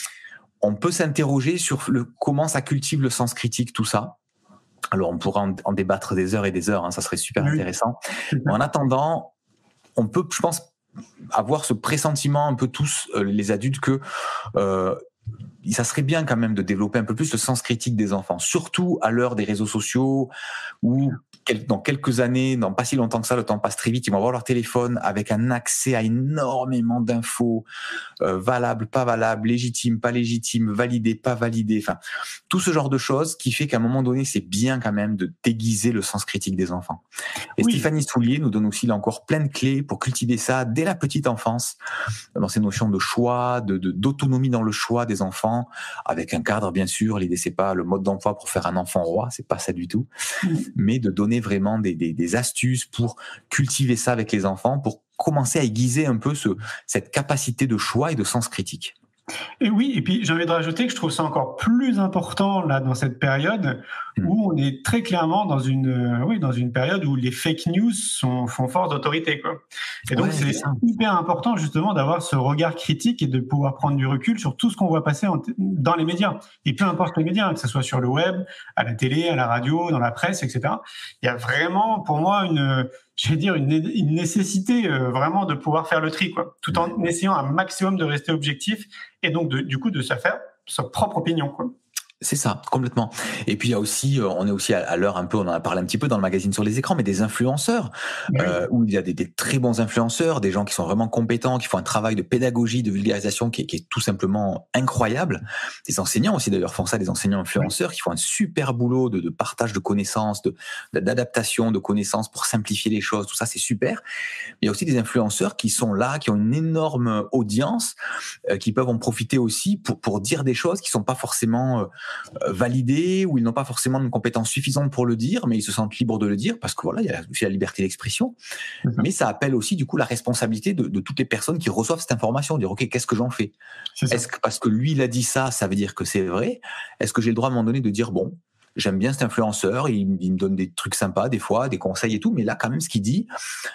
On peut s'interroger sur le, comment ça cultive le sens critique, tout ça. Alors, on pourra en, en débattre des heures et des heures, hein, ça serait super oui. intéressant. Mais en attendant, on peut, je pense, avoir ce pressentiment un peu tous, euh, les adultes, que euh, ça serait bien quand même de développer un peu plus le sens critique des enfants, surtout à l'heure des réseaux sociaux où dans quelques années, dans pas si longtemps que ça, le temps passe très vite, ils vont avoir leur téléphone avec un accès à énormément d'infos, euh, valables, pas valables, légitimes, pas légitimes, validées, pas validées, enfin, tout ce genre de choses qui fait qu'à un moment donné, c'est bien quand même de déguiser le sens critique des enfants. Et oui. Stéphanie Soulier nous donne aussi là encore plein de clés pour cultiver ça dès la petite enfance, dans ces notions de choix, de, de, d'autonomie dans le choix des enfants, avec un cadre bien sûr. L'idée c'est pas le mode d'emploi pour faire un enfant roi, c'est pas ça du tout, oui. mais de donner vraiment des, des, des astuces pour cultiver ça avec les enfants, pour commencer à aiguiser un peu ce, cette capacité de choix et de sens critique. Et oui, et puis j'ai envie de rajouter que je trouve ça encore plus important là dans cette période mmh. où on est très clairement dans une, euh, oui, dans une période où les fake news sont, font force d'autorité, quoi. Et donc ouais, c'est, c'est hyper important justement d'avoir ce regard critique et de pouvoir prendre du recul sur tout ce qu'on voit passer en t- dans les médias. Et peu importe les médias, que ce soit sur le web, à la télé, à la radio, dans la presse, et cetera. Il y a vraiment pour moi une je vais dire une, une nécessité euh, vraiment de pouvoir faire le tri, quoi, tout en essayant un maximum de rester objectif et donc de, du coup de se faire sa propre opinion, quoi. C'est ça, complètement. Et puis il y a aussi, on est aussi à, à l'heure un peu, on en a parlé un petit peu dans le magazine Sur les écrans, mais des influenceurs, oui. euh, où il y a des, des très bons influenceurs, des gens qui sont vraiment compétents, qui font un travail de pédagogie, de vulgarisation qui est, qui est tout simplement incroyable. Des enseignants aussi d'ailleurs font ça, des enseignants influenceurs oui. qui font un super boulot de, de partage de connaissances, de, d'adaptation de connaissances pour simplifier les choses, tout ça c'est super. Il y a aussi des influenceurs qui sont là, qui ont une énorme audience, euh, qui peuvent en profiter aussi pour, pour dire des choses qui sont pas forcément... Euh, validés, ou ils n'ont pas forcément une compétence suffisante pour le dire, mais ils se sentent libres de le dire parce que voilà, il y a aussi la liberté d'expression. Mm-hmm. Mais ça appelle aussi du coup la responsabilité de, de toutes les personnes qui reçoivent cette information, dire ok, qu'est-ce que j'en fais ? Est-ce que parce que lui il a dit ça, ça veut dire que c'est vrai ? Est-ce que j'ai le droit à un moment donné de dire bon, j'aime bien cet influenceur, il, il me donne des trucs sympas des fois, des conseils et tout, mais là quand même ce qu'il dit,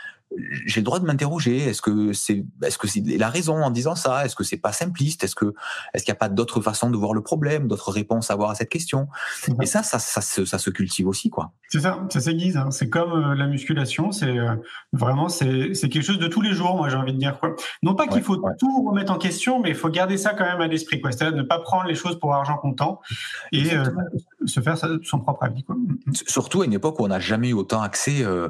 j'ai le droit de m'interroger. Est-ce que c'est, est-ce que c'est, il a raison en disant ça? Est-ce que c'est pas simpliste? Est-ce que, est-ce qu'il n'y a pas d'autres façons de voir le problème, d'autres réponses à avoir à cette question? Mmh. Et ça, ça, ça, ça, ça se cultive aussi, quoi. C'est ça, ça s'aiguise. Hein. C'est comme euh, la musculation. C'est euh, vraiment, c'est, c'est quelque chose de tous les jours. Moi, j'ai envie de dire, quoi. Non pas qu'il ouais, faut ouais. tout remettre en question, mais il faut garder ça quand même à l'esprit, quoi. C'est-à-dire ne pas prendre les choses pour argent comptant et euh, se faire son propre avis, quoi. Surtout à une époque où on n'a jamais eu autant accès euh,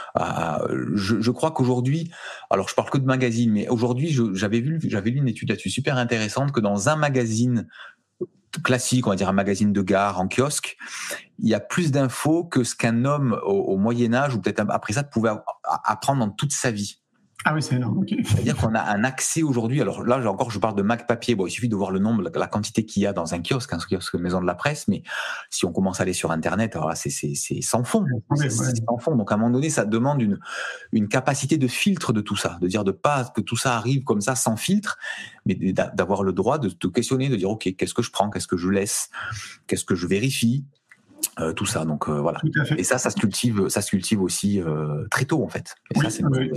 à. Je, je Je crois qu'aujourd'hui, alors je parle que de magazines, mais aujourd'hui, je, j'avais vu, j'avais lu une étude là-dessus super intéressante que dans un magazine classique, on va dire un magazine de gare en kiosque, il y a plus d'infos que ce qu'un homme au, au Moyen Âge ou peut-être après ça pouvait apprendre dans toute sa vie. Ah oui, c'est énorme. Okay. C'est-à-dire qu'on a un accès aujourd'hui. Alors là, encore, je parle de Mac papier. Bon, il suffit de voir le nombre, la quantité qu'il y a dans un kiosque, un kiosque maison de la presse. Mais si on commence à aller sur Internet, alors là, c'est, c'est, c'est sans fond. C'est, c'est sans fond. Donc à un moment donné, ça demande une une capacité de filtre de tout ça, de dire de pas que tout ça arrive comme ça sans filtre, mais d'avoir le droit de te questionner, de dire ok, qu'est-ce que je prends, qu'est-ce que je laisse, qu'est-ce que je vérifie. Euh, tout ça. Donc euh, voilà. Et ça, ça se cultive, ça se cultive aussi euh, très tôt en fait. Et oui, ça, c'est oui.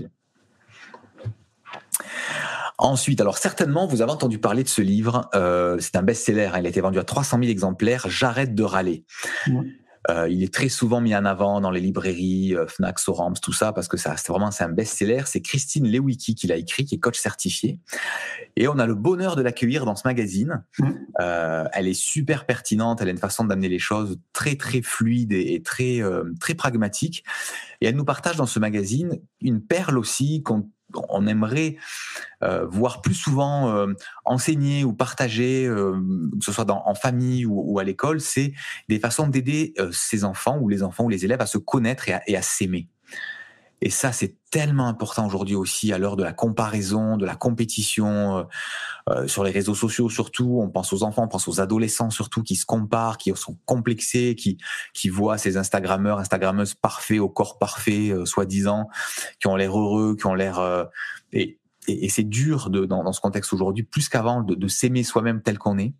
Ensuite, alors certainement, vous avez entendu parler de ce livre. Euh, c'est un best-seller. Hein, il a été vendu à trois cent mille exemplaires. J'arrête de râler. Ouais. Euh, il est très souvent mis en avant dans les librairies, euh, Fnac, Sorams, tout ça, parce que ça, c'est vraiment c'est un best-seller. C'est Christine Lewicki qui l'a écrit, qui est coach certifié. Et on a le bonheur de l'accueillir dans ce magazine. Mmh. Euh, elle est super pertinente, elle a une façon d'amener les choses très très fluide et, et très euh, très pragmatique. Et elle nous partage dans ce magazine une perle aussi qu'on on aimerait euh, voir plus souvent euh, enseigner ou partager, euh, que ce soit dans, en famille ou, ou à l'école, c'est des façons d'aider euh, ces enfants ou les enfants ou les élèves à se connaître et à, et à s'aimer. Et ça, c'est tellement important aujourd'hui aussi à l'heure de la comparaison, de la compétition, euh, euh, sur les réseaux sociaux surtout. On pense aux enfants, on pense aux adolescents surtout qui se comparent, qui sont complexés, qui qui voient ces Instagrammeurs, Instagrammeuses parfaits, au corps parfait, euh, soi-disant, qui ont l'air heureux, qui ont l'air... Euh, et, et, et c'est dur de, dans, dans ce contexte aujourd'hui, plus qu'avant, de, de s'aimer soi-même tel qu'on est.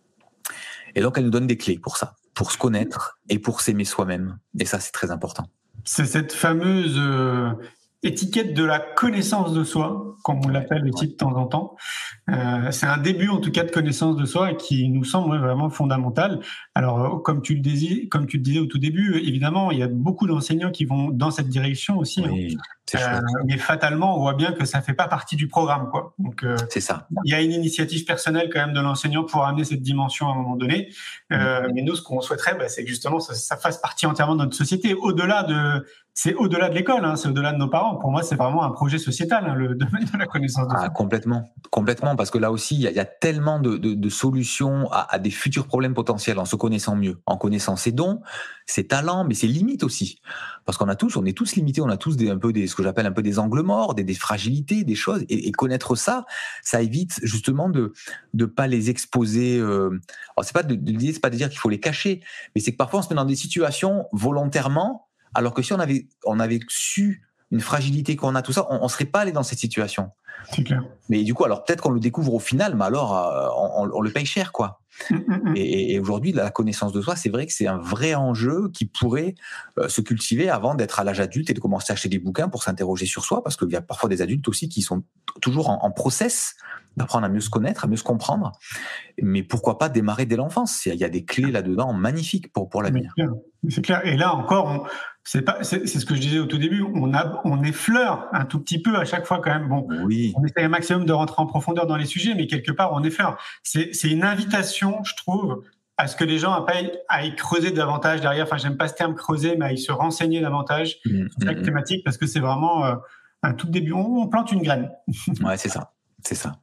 Et donc, elle nous donne des clés pour ça, pour se connaître et pour s'aimer soi-même. Et ça, c'est très important. C'est cette fameuse euh, étiquette de la connaissance de soi, comme on l'appelle aussi de temps en temps. Euh, c'est un début, en tout cas, de connaissance de soi et qui nous semble vraiment fondamental. Alors, comme tu le disais, comme tu le disais au tout début, évidemment, il y a beaucoup d'enseignants qui vont dans cette direction aussi. Oui, hein. c'est euh, mais fatalement, on voit bien que ça fait pas partie du programme, quoi. Donc, euh, c'est ça. Il y a une initiative personnelle quand même de l'enseignant pour amener cette dimension à un moment donné. Euh, mmh. Mais nous, ce qu'on souhaiterait, bah, c'est que justement ça, ça fasse partie entièrement de notre société, au-delà de c'est au-delà de l'école, hein, c'est au-delà de nos parents. Pour moi, c'est vraiment un projet sociétal, hein, le domaine de la connaissance de soi. Ah, complètement, complètement, parce que là aussi, il y a, il y a tellement de, de, de solutions à, à des futurs problèmes potentiels en se connaissant mieux, en connaissant ses dons, ses talents, mais ses limites aussi. Parce qu'on a tous, on est tous limités, on a tous des, un peu des, ce que j'appelle un peu des angles morts, des, des fragilités, des choses, et, et connaître ça, ça évite justement de de pas les exposer. Euh, alors c'est pas de, de l'idée, c'est pas de dire qu'il faut les cacher, mais c'est que parfois on se met dans des situations volontairement. Alors que si on avait, on avait su une fragilité qu'on a, tout ça, on ne serait pas allé dans cette situation. C'est clair. Mais du coup, alors peut-être qu'on le découvre au final, mais alors euh, on, on le paye cher, quoi. Mmh, mmh. Et, et aujourd'hui, la connaissance de soi, c'est vrai que c'est un vrai enjeu qui pourrait euh, se cultiver avant d'être à l'âge adulte et de commencer à acheter des bouquins pour s'interroger sur soi, parce qu'il y a parfois des adultes aussi qui sont toujours en, en process d'apprendre à mieux se connaître, à mieux se comprendre. Mais pourquoi pas démarrer dès l'enfance ? Il y a des clés là-dedans magnifiques pour, pour l'avenir. C'est clair. C'est clair. Et là encore, on, c'est, pas, c'est, c'est ce que je disais au tout début, on, a, on effleure un tout petit peu à chaque fois quand même. Bon, oui. On essaie un maximum de rentrer en profondeur dans les sujets, mais quelque part, on effleure. C'est, c'est une invitation, je trouve, à ce que les gens aillent creuser davantage derrière. Enfin, j'aime pas ce terme creuser, mais à y se renseigner davantage mmh, sur chaque mmh. thématique, parce que c'est vraiment euh, un tout début. On plante une graine. Ouais, c'est ça. C'est ça.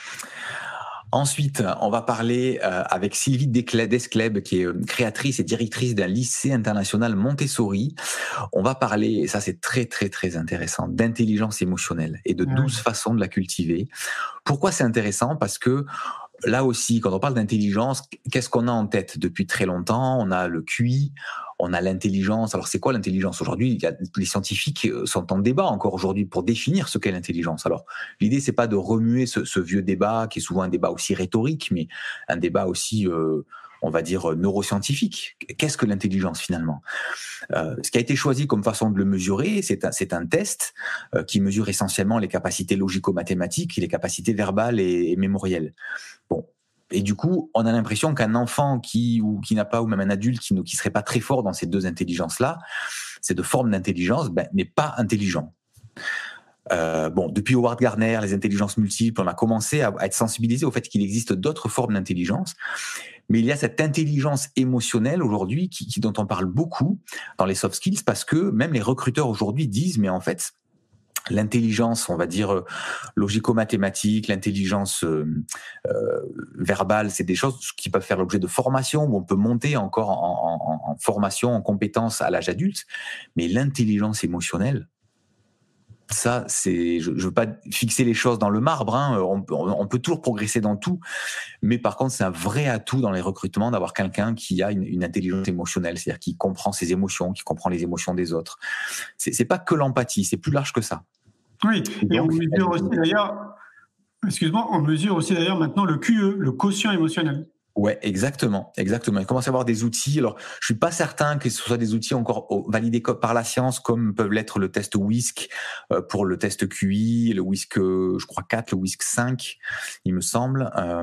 Ensuite, on va parler euh, avec Sylvie Descleb, qui est créatrice et directrice d'un lycée international Montessori. On va parler, et ça c'est très très très intéressant, d'intelligence émotionnelle et de douze façons de la cultiver. Pourquoi c'est intéressant ? Parce que là aussi, quand on parle d'intelligence, qu'est-ce qu'on a en tête depuis très longtemps ? On a le Q I, on a l'intelligence. Alors, c'est quoi l'intelligence ? Aujourd'hui, il y a, les scientifiques sont en débat encore aujourd'hui pour définir ce qu'est l'intelligence. Alors, l'idée, c'est pas de remuer ce, ce vieux débat, qui est souvent un débat aussi rhétorique, mais un débat aussi, euh, on va dire, neuroscientifique. Qu'est-ce que l'intelligence, finalement ? euh, Ce qui a été choisi comme façon de le mesurer, c'est un, c'est un test euh, qui mesure essentiellement les capacités logico-mathématiques et les capacités verbales et, et mémorielles. Bon. Et du coup, on a l'impression qu'un enfant qui ou qui n'a pas, ou même un adulte qui ne qui serait pas très fort dans ces deux intelligences-là, ces deux formes d'intelligence, ben, n'est pas intelligent. Euh, bon, depuis Howard Gardner, les intelligences multiples, on a commencé à, à être sensibilisé au fait qu'il existe d'autres formes d'intelligence. Mais il y a cette intelligence émotionnelle aujourd'hui qui, qui dont on parle beaucoup dans les soft skills, parce que même les recruteurs aujourd'hui disent, mais en fait, l'intelligence, on va dire, logico-mathématique, l'intelligence euh, euh, verbale, c'est des choses qui peuvent faire l'objet de formation, où on peut monter encore en, en, en formation, en compétences à l'âge adulte. Mais l'intelligence émotionnelle, ça, c'est, je ne veux pas fixer les choses dans le marbre, hein, on, on peut toujours progresser dans tout, mais par contre, c'est un vrai atout dans les recrutements d'avoir quelqu'un qui a une, une intelligence émotionnelle, c'est-à-dire qui comprend ses émotions, qui comprend les émotions des autres. C'est, c'est pas que l'empathie, c'est plus large que ça. Oui, et on mesure aussi d'ailleurs, excuse-moi, on mesure aussi d'ailleurs maintenant le Q E, le quotient émotionnel. Ouais, exactement, exactement. Il commence à y avoir des outils. Alors, je suis pas certain que ce soit des outils encore validés par la science, comme peuvent l'être le test W I S C euh, pour le test Q I, le W I S C, euh, je crois quatre, le W I S C cinq, il me semble. Euh,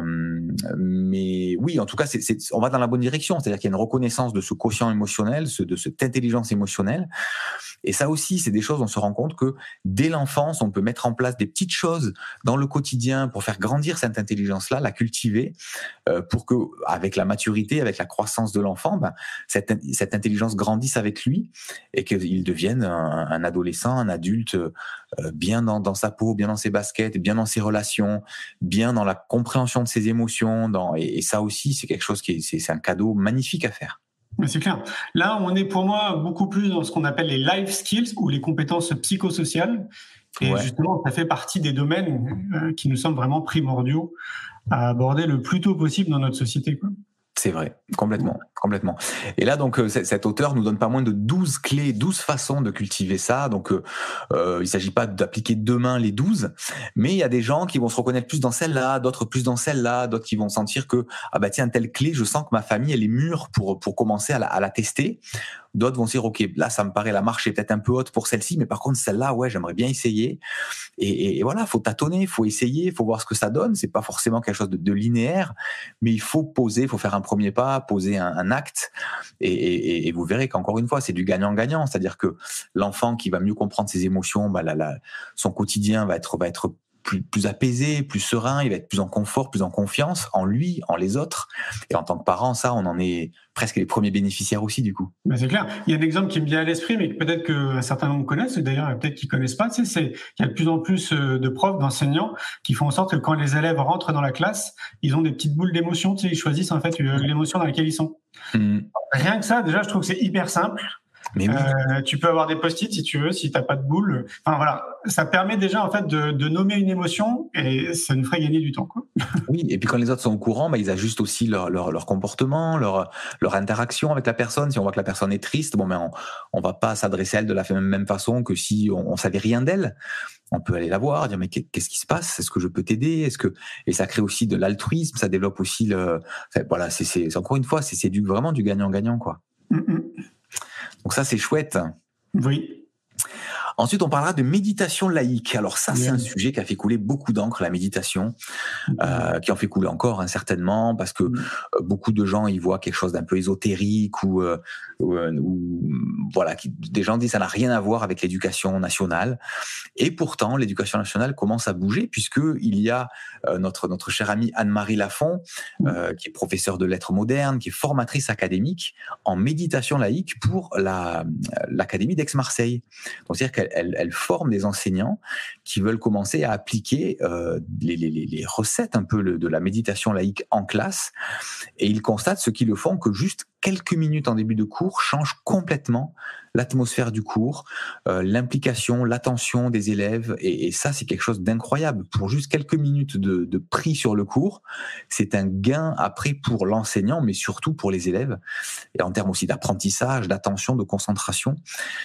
mais oui, en tout cas, c'est, c'est, on va dans la bonne direction. C'est-à-dire qu'il y a une reconnaissance de ce quotient émotionnel, ce, de cette intelligence émotionnelle. Et ça aussi, c'est des choses, on se rend compte que dès l'enfance, on peut mettre en place des petites choses dans le quotidien pour faire grandir cette intelligence-là, la cultiver, euh, pour que avec la maturité, avec la croissance de l'enfant, ben, cette, cette intelligence grandisse avec lui et qu'il devienne un, un adolescent, un adulte euh, bien dans, dans sa peau, bien dans ses baskets, bien dans ses relations, bien dans la compréhension de ses émotions. Dans, et, et ça aussi, c'est quelque chose qui est, c'est, c'est un cadeau magnifique à faire. Mais c'est clair. Là, on est pour moi beaucoup plus dans ce qu'on appelle les life skills ou les compétences psychosociales. Et ouais. Justement, ça fait partie des domaines euh, qui nous semblent vraiment primordiaux à aborder le plus tôt possible dans notre société, quoi. C'est vrai, complètement, complètement. Et là, donc, cet auteur nous donne pas moins de douze clés, douze façons de cultiver ça. Donc, euh, il s'agit pas d'appliquer demain les douze, mais il y a des gens qui vont se reconnaître plus dans celle-là, d'autres plus dans celle-là, d'autres qui vont sentir que, ah bah tiens, telle clé, je sens que ma famille, elle est mûre pour, pour commencer à la, à la tester. D'autres vont se dire, ok, là, ça me paraît, la marche est peut-être un peu haute pour celle-ci, mais par contre, celle-là, ouais, j'aimerais bien essayer. Et, et, et voilà, faut tâtonner, faut essayer, faut voir ce que ça donne. C'est pas forcément quelque chose de, de linéaire, mais il faut poser, il faut faire un premier pas, poser un, un acte. Et, et, et vous verrez qu'encore une fois, c'est du gagnant-gagnant. C'est-à-dire que l'enfant qui va mieux comprendre ses émotions, bah, la, la, son quotidien va être, va être plus, plus apaisé, plus serein, il va être plus en confort, plus en confiance en lui, en les autres. Et en tant que parent, ça, on en est presque les premiers bénéficiaires aussi, du coup. Ben c'est clair. Il y a un exemple qui me vient à l'esprit, mais peut-être qu'un certain nombre connaissent, d'ailleurs, et peut-être qu'ils connaissent pas. Tu sais, c'est qu'il y a de plus en plus de profs, d'enseignants qui font en sorte que quand les élèves rentrent dans la classe, ils ont des petites boules d'émotion. Tu sais, ils choisissent en fait l'émotion dans laquelle ils sont. Mmh. Rien que ça, déjà, je trouve que c'est hyper simple. Mais oui. euh, tu peux avoir des post-it si tu veux, si t'as pas de boule. Enfin voilà, ça permet déjà en fait de, de nommer une émotion et ça nous ferait gagner du temps, quoi. Oui, et puis quand les autres sont au courant, bah, ils ajustent aussi leur, leur, leur comportement, leur, leur interaction avec la personne. Si on voit que la personne est triste, bon, mais on, on va pas s'adresser à elle de la même façon que si on, on savait rien d'elle. On peut aller la voir, dire mais qu'est-ce qui se passe ? Est-ce que je peux t'aider ? Est-ce que et ça crée aussi de l'altruisme, ça développe aussi le. Enfin, voilà, c'est, c'est encore une fois, c'est, c'est du vraiment du gagnant-gagnant, quoi. Mm-hmm. Donc ça, c'est chouette. Oui. Ensuite, on parlera de méditation laïque. Alors ça, c'est un sujet qui a fait couler beaucoup d'encre, la méditation, euh, qui en fait couler encore, hein, certainement, parce que euh, beaucoup de gens y voient quelque chose d'un peu ésotérique ou, euh, ou, ou voilà, qui, des gens disent que ça n'a rien à voir avec l'éducation nationale. Et pourtant, l'éducation nationale commence à bouger puisque il y a euh, notre notre chère amie Anne-Marie Lafont, euh, qui est professeure de lettres modernes, qui est formatrice académique en méditation laïque pour la l'académie d'Aix-Marseille. Donc c'est-à-dire qu'elle Elle, elle forme des enseignants qui veulent commencer à appliquer euh, les, les, les recettes un peu le, de la méditation laïque en classe, et ils constatent, ceux qui le font, que juste quelques minutes en début de cours changent complètement l'atmosphère du cours, euh, l'implication, l'attention des élèves, et, et ça c'est quelque chose d'incroyable. Pour juste quelques minutes de, de pris sur le cours, c'est un gain après pour l'enseignant, mais surtout pour les élèves, et en termes aussi d'apprentissage, d'attention, de concentration.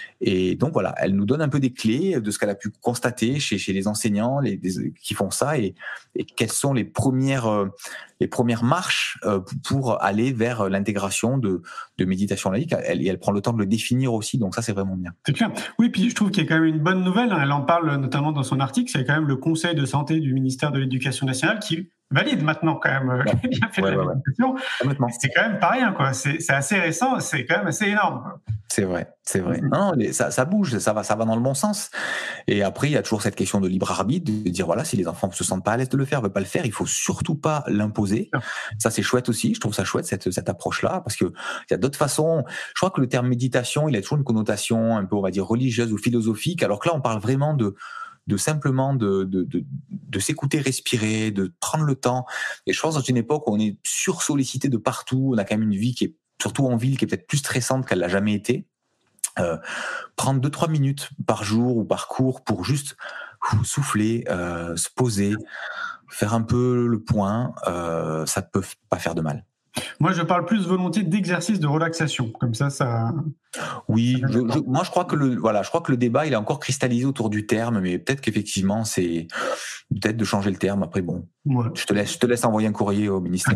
Et donc voilà, elle nous donne un peu des clés de ce qu'elle a pu constater chez, chez les enseignants les, les, qui font ça, et, et quelles sont les premières, euh, les premières marches euh, pour aller vers l'intégration de, de méditation laïque. Elle, et elle prend le temps de le définir aussi, donc ça c'est vraiment bien. C'est clair. Oui, puis je trouve qu'il y a quand même une bonne nouvelle, hein. Elle en parle notamment dans son article, c'est quand même le Conseil de santé du ministère de l'Éducation nationale qui valide maintenant quand même ouais. Il a fait ouais, de la ouais, méditation. Ouais. C'est quand même pas rien, quoi. C'est, c'est assez récent, c'est quand même assez énorme, quoi. C'est vrai, c'est vrai. Mmh. Non, mais ça, ça bouge, ça va, ça va dans le bon sens. Et après, il y a toujours cette question de libre arbitre, de dire voilà, si les enfants ne se sentent pas à l'aise de le faire, ne veulent pas le faire, il faut surtout pas l'imposer. Mmh. Ça, c'est chouette aussi. Je trouve ça chouette cette cette approche-là, parce que il y a d'autres façons. Je crois que le terme méditation, il a toujours une connotation un peu, on va dire, religieuse ou philosophique, alors que là, on parle vraiment de de simplement de, de, de, de s'écouter respirer, de prendre le temps. Et je pense dans une époque où on est sursollicité de partout, on a quand même une vie qui est, surtout en ville, qui est peut-être plus stressante qu'elle l'a jamais été. Euh, prendre deux, trois minutes par jour ou par cours pour juste ouf, souffler, euh, se poser, faire un peu le point, euh, ça peut pas faire de mal. Moi, je parle plus volontiers d'exercice de relaxation. Comme ça, ça. Oui, je, je, moi je crois que le voilà, je crois que le débat il est encore cristallisé autour du terme, mais peut-être qu'effectivement c'est peut-être de changer le terme. Après bon, ouais. je te laisse, je te laisse envoyer un courrier au ministère.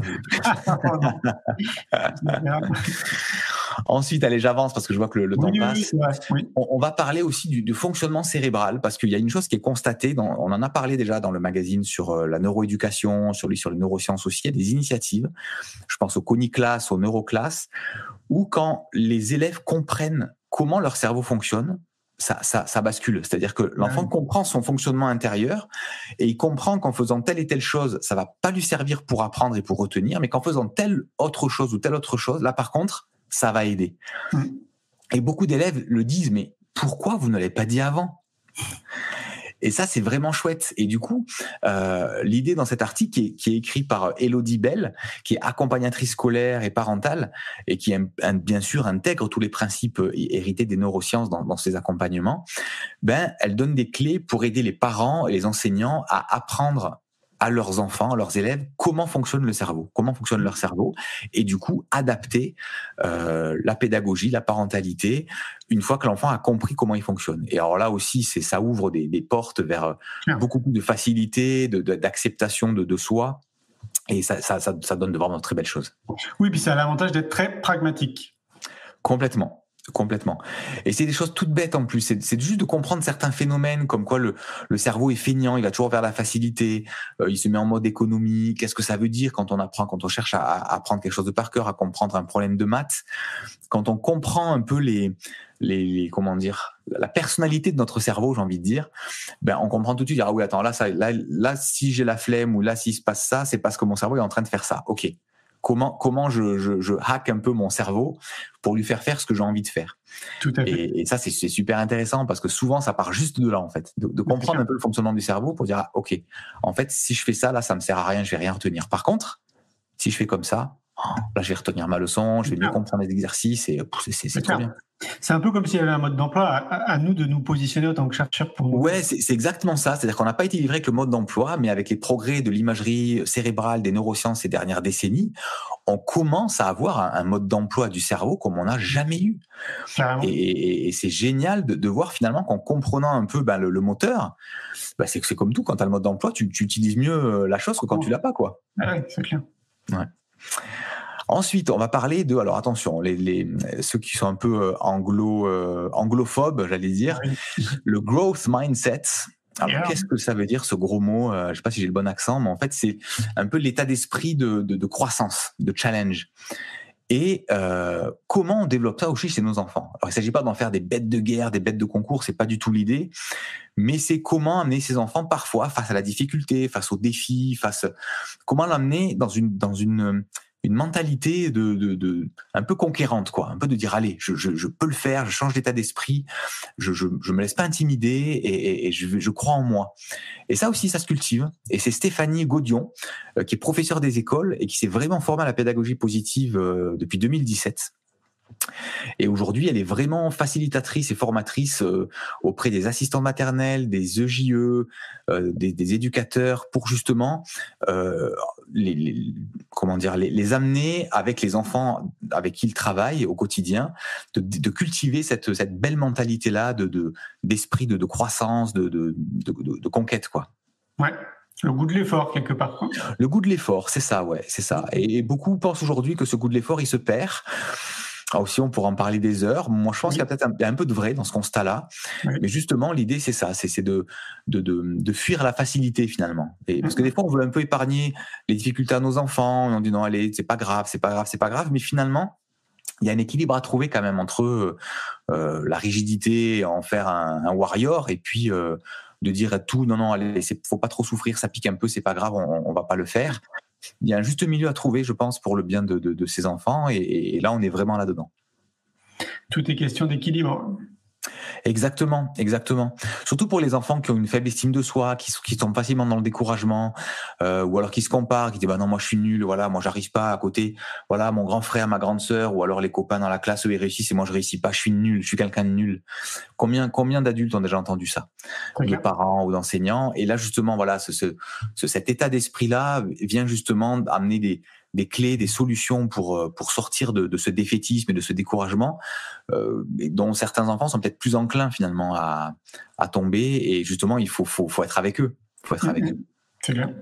Ensuite, allez, j'avance parce que je vois que le, le oui, temps oui, passe. Oui. On, on va parler aussi du, du fonctionnement cérébral parce qu'il y a une chose qui est constatée. Dans, on en a parlé déjà dans le magazine sur euh, la neuroéducation, sur, sur les neurosciences aussi. Il y a des initiatives. Je pense au Coniclass, au Neuroclass, où quand les élèves comprennent comment leur cerveau fonctionne, ça, ça, ça bascule. C'est-à-dire que l'enfant ouais. comprend son fonctionnement intérieur et il comprend qu'en faisant telle et telle chose, ça va pas lui servir pour apprendre et pour retenir, mais qu'en faisant telle autre chose ou telle autre chose, là par contre, ça va aider. Mmh. Et beaucoup d'élèves le disent, mais pourquoi vous ne l'avez pas dit avant ? Et ça, c'est vraiment chouette. Et du coup, euh, l'idée dans cet article qui est, qui est écrit par Élodie Bell, qui est accompagnatrice scolaire et parentale, et qui, un, bien sûr, intègre tous les principes hérités des neurosciences dans, dans ses accompagnements, ben, elle donne des clés pour aider les parents et les enseignants à apprendre à leurs enfants, à leurs élèves, comment fonctionne le cerveau, comment fonctionne leur cerveau, et du coup adapter euh, la pédagogie, la parentalité, une fois que l'enfant a compris comment il fonctionne. Et alors là aussi, c'est ça ouvre des, des portes vers ah. beaucoup plus de facilité, de, de, d'acceptation de, de soi, et ça, ça, ça, ça donne de vraiment de très belles choses. Oui, puis ça a l'avantage d'être très pragmatique. Complètement. Complètement. Et c'est des choses toutes bêtes en plus. C'est, c'est juste de comprendre certains phénomènes, comme quoi le, le cerveau est feignant, il va toujours vers la facilité, euh, il se met en mode économie. Qu'est-ce que ça veut dire quand on apprend, quand on cherche à, à apprendre quelque chose de par cœur, à comprendre un problème de maths. Quand on comprend un peu les, les, les comment dire, la personnalité de notre cerveau, j'ai envie de dire, ben on comprend tout de suite. Dire, ah oui, attends, là, ça, là, là, si j'ai la flemme ou là, s'il se passe ça, c'est parce que mon cerveau est en train de faire ça. Ok. Comment comment je, je je hack un peu mon cerveau pour lui faire faire ce que j'ai envie de faire. Tout à fait. Et, et ça c'est, c'est super intéressant parce que souvent ça part juste de là en fait, de, de comprendre un peu le fonctionnement du cerveau pour dire ah, ok, en fait si je fais ça là ça me sert à rien, je vais rien retenir. Par contre si je fais comme ça, oh, là je vais retenir ma leçon, je vais mieux comprendre les exercices et c'est c'est, c'est trop bien. C'est un peu comme s'il y avait un mode d'emploi à, à nous de nous positionner en tant que chercheurs pour. Ouais, c'est, c'est exactement ça. C'est-à-dire qu'on n'a pas été livré avec le mode d'emploi, mais avec les progrès de l'imagerie cérébrale, des neurosciences ces dernières décennies, on commence à avoir un, un mode d'emploi du cerveau comme on n'a jamais eu. Et, et, et c'est génial de, de voir finalement qu'en comprenant un peu ben, le, le moteur, ben, c'est, c'est comme tout. Quand tu as le mode d'emploi, tu, tu utilises mieux la chose que quand oh. tu l'as pas, quoi. Ouais, c'est clair. Ouais. Ensuite, on va parler de, alors attention, les, les, ceux qui sont un peu anglo, euh, anglophobes, j'allais dire, oui. le growth mindset. Alors, yeah. qu'est-ce que ça veut dire, ce gros mot ? euh, Je ne sais pas si j'ai le bon accent, mais en fait, c'est un peu l'état d'esprit de, de, de croissance, de challenge. Et euh, comment on développe ça aussi chez nos enfants ? Alors, il ne s'agit pas d'en faire des bêtes de guerre, des bêtes de concours, c'est pas du tout l'idée, mais c'est comment amener ces enfants parfois face à la difficulté, face aux défis, face comment l'amener dans une dans une une mentalité de, de, de, un peu conquérante, quoi, un peu de dire allez, je, je, je peux le faire, je change d'état d'esprit, je, je, je me laisse pas intimider et, et, et je, je crois en moi. Et ça aussi, ça se cultive. Et c'est Stéphanie Gaudion, euh, qui est professeure des écoles et qui s'est vraiment formée à la pédagogie positive euh, depuis deux mille dix-sept. Et aujourd'hui, elle est vraiment facilitatrice et formatrice euh, auprès des assistants maternels, des E J E, euh, des, des éducateurs, pour justement euh, les, les, comment dire, les, les amener avec les enfants avec qui ils travaillent au quotidien, de, de cultiver cette, cette belle mentalité-là de, de, d'esprit de, de croissance, de, de, de, de, de conquête, quoi. Ouais. Le goût de l'effort, quelque part. Le goût de l'effort, c'est ça, ouais, c'est ça. Et, et beaucoup pensent aujourd'hui que ce goût de l'effort, il se perd. Alors aussi, on pourra en parler des heures. Moi, je pense oui. qu'il y a peut-être un, un peu de vrai dans ce constat-là. Oui. Mais justement, l'idée, c'est ça, c'est, c'est de, de, de, de fuir la facilité, finalement. Et, parce que des fois, on veut un peu épargner les difficultés à nos enfants. On dit non, allez, c'est pas grave, c'est pas grave, c'est pas grave. Mais finalement, il y a un équilibre à trouver quand même entre euh, la rigidité, en faire un, un warrior, et puis euh, de dire à tout, non, non, allez, c'est, faut pas trop souffrir, ça pique un peu, c'est pas grave, on, on va pas le faire. Il y a un juste milieu à trouver, je pense, pour le bien de, de, de ces enfants. Et, et là, on est vraiment là-dedans. Tout est question d'équilibre. Exactement, exactement. Surtout pour les enfants qui ont une faible estime de soi, qui, qui sont facilement dans le découragement, euh, ou alors qui se comparent, qui disent bah non moi je suis nul, voilà moi j'arrive pas à côté, voilà mon grand frère, ma grande sœur, ou alors les copains dans la classe eux ils réussissent et moi je réussis pas, je suis nul, je suis quelqu'un de nul. Combien combien d'adultes ont déjà entendu ça, okay. de parents ou d'enseignants. Et là justement voilà ce, ce, ce cet état d'esprit là vient justement amener des des clés, des solutions pour pour sortir de, de ce défaitisme et de ce découragement, euh, dont certains enfants sont peut-être plus enclins finalement à à tomber. Et justement, il faut faut faut être avec eux. Il faut être avec eux. C'est clair.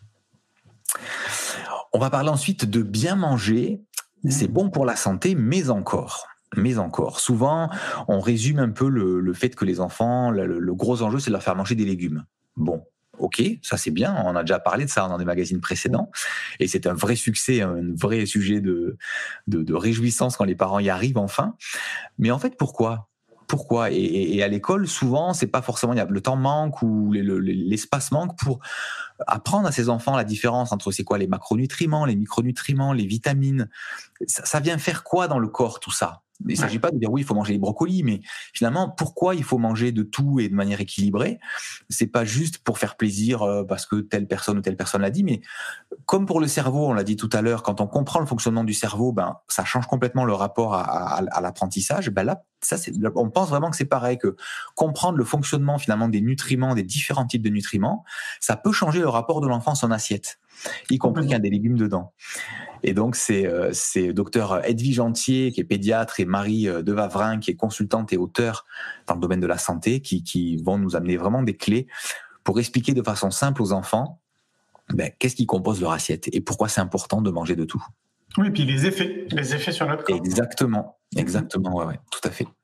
On va parler ensuite de bien manger. C'est bon pour la santé, mais encore. Mais encore. Souvent, on résume un peu le, le fait que les enfants, le, le gros enjeu, c'est de leur faire manger des légumes. Bon, ok, ça c'est bien. On a déjà parlé de ça dans des magazines précédents. Et c'est un vrai succès, un vrai sujet de, de, de réjouissance quand les parents y arrivent enfin. Mais en fait, pourquoi ? Pourquoi ? et, et, et à l'école, souvent, c'est pas forcément, le temps manque ou l'espace manque pour apprendre à ces enfants la différence entre c'est quoi les macronutriments, les micronutriments, les vitamines. Ça, ça vient faire quoi dans le corps, tout ça ? Il ne s'agit pas de dire oui, il faut manger les brocolis, mais finalement, pourquoi il faut manger de tout et de manière équilibrée ? C'est pas juste pour faire plaisir parce que telle personne ou telle personne l'a dit, mais comme pour le cerveau, on l'a dit tout à l'heure, quand on comprend le fonctionnement du cerveau, ben ça change complètement le rapport à, à, à l'apprentissage. Ben là, ça, c'est, on pense vraiment que c'est pareil, que comprendre le fonctionnement finalement des nutriments, des différents types de nutriments, ça peut changer le rapport de l'enfant à son assiette, y compris qu'il y a des légumes dedans. Et donc, c'est, euh, c'est docteur Edwige Antier, qui est pédiatre, et Marie Devavrin, qui est consultante et auteure dans le domaine de la santé, qui, qui vont nous amener vraiment des clés pour expliquer de façon simple aux enfants ben, qu'est-ce qui compose leur assiette et pourquoi c'est important de manger de tout. Oui, et puis les effets, les effets sur notre corps. Exactement, exactement, ouais, ouais, tout à fait.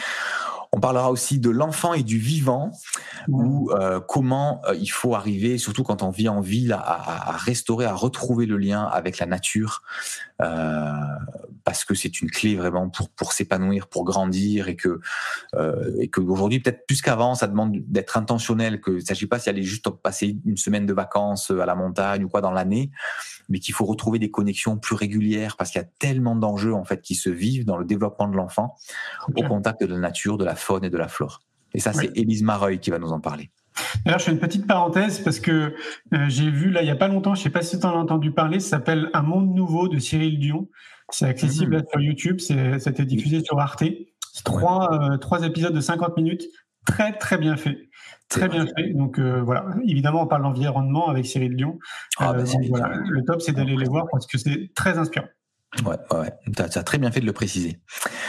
On parlera aussi de l'enfant et du vivant, ou euh, comment euh, il faut arriver, surtout quand on vit en ville, à, à, à restaurer, à retrouver le lien avec la nature, euh, parce que c'est une clé vraiment pour pour s'épanouir, pour grandir, et que euh, et que aujourd'hui peut-être plus qu'avant, ça demande d'être intentionnel, que il ne s'agit pas d'y aller juste passer une semaine de vacances à la montagne ou quoi dans l'année, mais qu'il faut retrouver des connexions plus régulières, parce qu'il y a tellement d'enjeux en fait qui se vivent dans le développement de l'enfant, okay, au contact de la nature, de la faune et de la flore. Et ça, c'est oui. Élise Mareuil qui va nous en parler. D'ailleurs, je fais une petite parenthèse parce que euh, j'ai vu là il y a pas longtemps, je sais pas si tu en as entendu parler, ça s'appelle Un monde nouveau de Cyril Dion. C'est accessible mmh. là, sur YouTube, c'est, ça a été diffusé sur Arte. C'est trois, ouais. euh, trois épisodes de cinquante minutes, très très bien fait. Très bien fait. Donc euh, voilà, évidemment, on parle d'environnement avec Cyril Dion. Ah, euh, bah, donc, voilà. Le top, c'est d'aller les voir parce que c'est très inspirant. Ouais, ouais, tu as très bien fait de le préciser.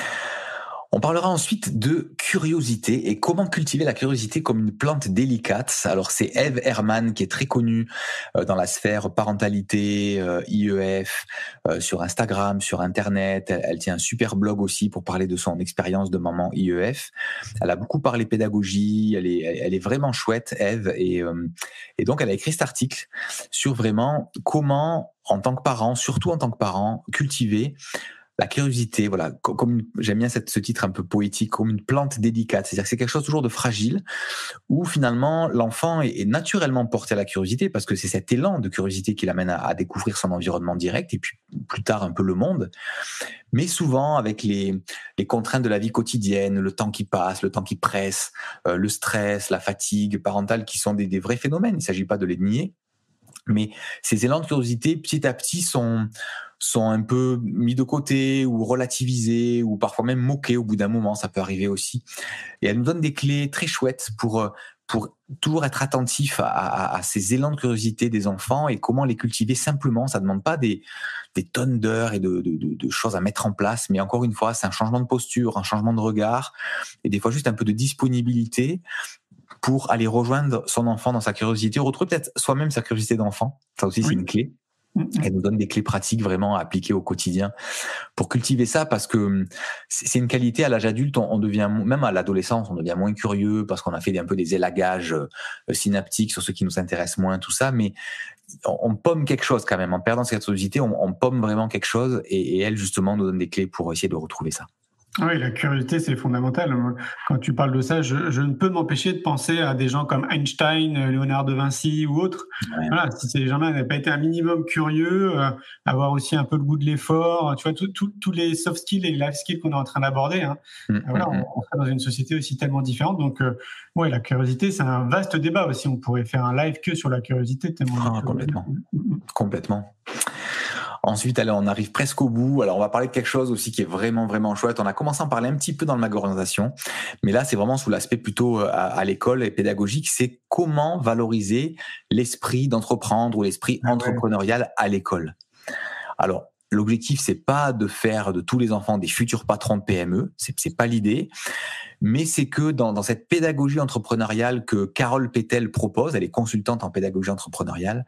On parlera ensuite de curiosité et comment cultiver la curiosité comme une plante délicate. Alors c'est Eve Herman qui est très connue dans la sphère parentalité, I E F, sur Instagram, sur Internet. Elle tient un super blog aussi pour parler de son expérience de maman I E F. Elle a beaucoup parlé pédagogie, elle est, elle est vraiment chouette, Eve. Et, et donc elle a écrit cet article sur vraiment comment, en tant que parent, surtout en tant que parent, cultiver la curiosité, voilà, comme j'aime bien cette, ce titre un peu poétique, comme une plante délicate. C'est-à-dire que c'est quelque chose toujours de fragile, où finalement l'enfant est, est naturellement porté à la curiosité, parce que c'est cet élan de curiosité qui l'amène à, à découvrir son environnement direct, et puis plus tard un peu le monde. Mais souvent avec les, les contraintes de la vie quotidienne, le temps qui passe, le temps qui presse, euh, le stress, la fatigue parentale, qui sont des, des vrais phénomènes. Il ne s'agit pas de les nier. Mais ces élans de curiosité, petit à petit, sont, sont un peu mis de côté ou relativisés ou parfois même moqués au bout d'un moment, ça peut arriver aussi. Et elle nous donne des clés très chouettes pour, pour toujours être attentif à, à, à ces élans de curiosité des enfants et comment les cultiver simplement. Ça ne demande pas des, des tonnes d'heures et de, de, de, de choses à mettre en place, mais encore une fois, c'est un changement de posture, un changement de regard et des fois juste un peu de disponibilité pour aller rejoindre son enfant dans sa curiosité, retrouver peut-être soi-même sa curiosité d'enfant. Ça aussi, oui. C'est une clé. Elle nous donne des clés pratiques vraiment à appliquer au quotidien pour cultiver ça, parce que c'est une qualité à l'âge adulte. On devient, même à l'adolescence, on devient moins curieux parce qu'on a fait un peu des élagages synaptiques sur ce qui nous intéresse moins, tout ça. Mais on pomme quelque chose quand même. En perdant cette curiosité, on, on pomme vraiment quelque chose. Et, et elle, justement, nous donne des clés pour essayer de retrouver ça. Oui, la curiosité, c'est fondamental. Quand tu parles de ça, je, je ne peux m'empêcher de penser à des gens comme Einstein, Léonard de Vinci ou autres. Ouais. Voilà, si ces gens-là n'avaient pas été un minimum curieux, euh, avoir aussi un peu le goût de l'effort, tu vois, tous les soft skills et les life skills qu'on est en train d'aborder, hein, mmh, voilà, mmh. on, on serait dans une société aussi tellement différente. Donc, euh, ouais, la curiosité, c'est un vaste débat aussi. On pourrait faire un live que sur la curiosité. Ah, complètement, mmh. complètement. Ensuite, allez, on arrive presque au bout. Alors, on va parler de quelque chose aussi qui est vraiment, vraiment chouette. On a commencé à en parler un petit peu dans le mag orientation, mais là, c'est vraiment sous l'aspect plutôt à, à l'école et pédagogique. C'est comment valoriser l'esprit d'entreprendre ou l'esprit ah ouais. entrepreneurial à l'école. Alors, l'objectif, c'est pas de faire de tous les enfants des futurs patrons de P M E, c'est, c'est pas l'idée, mais c'est que dans, dans cette pédagogie entrepreneuriale que Carole Pétel propose, elle est consultante en pédagogie entrepreneuriale,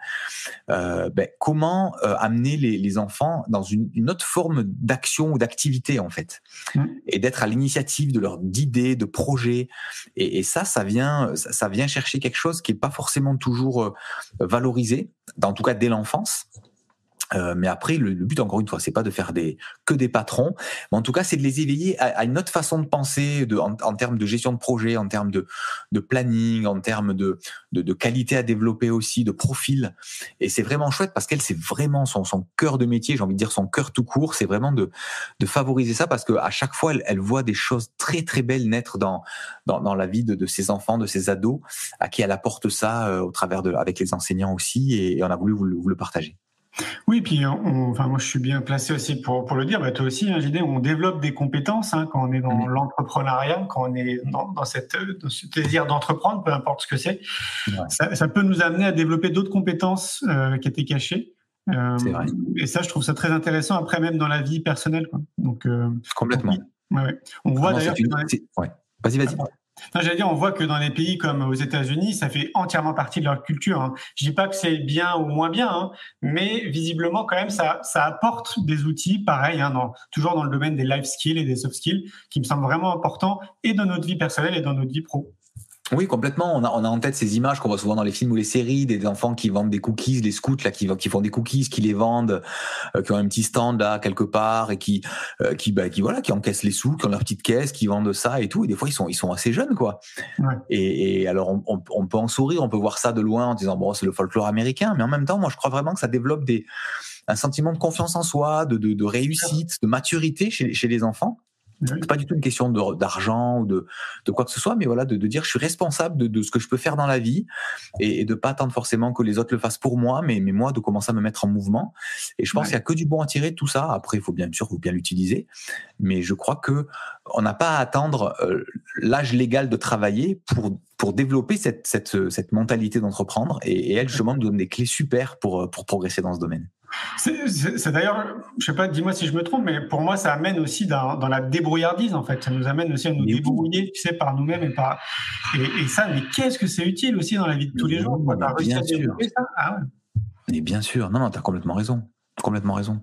euh, ben, comment euh, amener les, les enfants dans une, une autre forme d'action ou d'activité en fait, mmh. et d'être à l'initiative de leurs d'idées, de projets, et, et ça, ça vient, ça, ça vient chercher quelque chose qui est pas forcément toujours euh, valorisé, en tout cas dès l'enfance. Euh, mais après, le, le but, encore une fois, c'est pas de faire des que des patrons, mais en tout cas, c'est de les éveiller à, à une autre façon de penser, de, en, en termes de gestion de projet, en termes de, de planning, en termes de, de, de qualité à développer aussi, de profil. Et c'est vraiment chouette parce qu'elle, c'est vraiment son, son cœur de métier, j'ai envie de dire son cœur tout court, c'est vraiment de, de favoriser ça parce que à chaque fois, elle, elle voit des choses très très belles naître dans, dans, dans la vie de, de ses enfants, de ses ados, à qui elle apporte ça euh, au travers de, avec les enseignants aussi, et, et on a voulu vous le, vous le partager. Oui, puis on, enfin moi je suis bien placé aussi pour pour le dire. Bah, toi aussi, hein, J D, on développe des compétences hein, quand on est dans mmh. l'entrepreneuriat, quand on est dans, dans cette dans ce désir d'entreprendre, peu importe ce que c'est. Ouais. Ça, ça peut nous amener à développer d'autres compétences euh, qui étaient cachées. Euh, c'est vrai. Et ça, je trouve ça très intéressant. Après, même dans la vie personnelle, quoi. Donc euh, complètement. Donc, ouais, ouais. On voit non, d'ailleurs. Une... Que dans les... ouais. Vas-y, vas-y. Non, j'allais dire, on voit que dans des pays comme aux États-Unis, ça fait entièrement partie de leur culture. Hein. Je dis pas que c'est bien ou moins bien, hein, mais visiblement quand même, ça, ça apporte des outils, pareil, hein, dans, toujours dans le domaine des life skills et des soft skills, qui me semblent vraiment importants et dans notre vie personnelle et dans notre vie pro. Oui, complètement. On a, on a en tête ces images qu'on voit souvent dans les films ou les séries, des enfants qui vendent des cookies, les scouts là, qui, qui font des cookies, qui les vendent, euh, qui ont un petit stand là quelque part et qui, euh, qui, bah, qui voilà, qui encaissent les sous, qui ont leur petite caisse, qui vendent ça et tout. Et des fois, ils sont, ils sont assez jeunes, quoi. Ouais. Et, et alors, on, on, on peut en sourire, on peut voir ça de loin en disant bon, c'est le folklore américain, mais en même temps, moi, je crois vraiment que ça développe des, un sentiment de confiance en soi, de, de, de réussite, de maturité chez, chez les enfants. C'est pas du tout une question de, d'argent ou de, de quoi que ce soit, mais voilà, de, de dire je suis responsable de, de ce que je peux faire dans la vie et, et de pas attendre forcément que les autres le fassent pour moi, mais, mais moi de commencer à me mettre en mouvement. Et je pense ouais. qu'il y a que du bon à tirer de tout ça. Après, il faut bien sûr faut bien l'utiliser, mais je crois que on n'a pas à attendre euh, l'âge légal de travailler pour pour développer cette cette cette mentalité d'entreprendre. Et, et elle justement nous donne des clés super pour pour progresser dans ce domaine. C'est, c'est, c'est d'ailleurs, je sais pas, dis-moi si je me trompe, mais pour moi, ça amène aussi dans, dans la débrouillardise, en fait. Ça nous amène aussi à nous mais débrouiller, oui. tu sais, par nous-mêmes et par. Et, et ça, mais qu'est-ce que c'est utile aussi dans la vie de tous mais les jours. T'as réussi à développer ça. Ah ouais. Mais bien sûr, non, non, t'as complètement raison, complètement raison.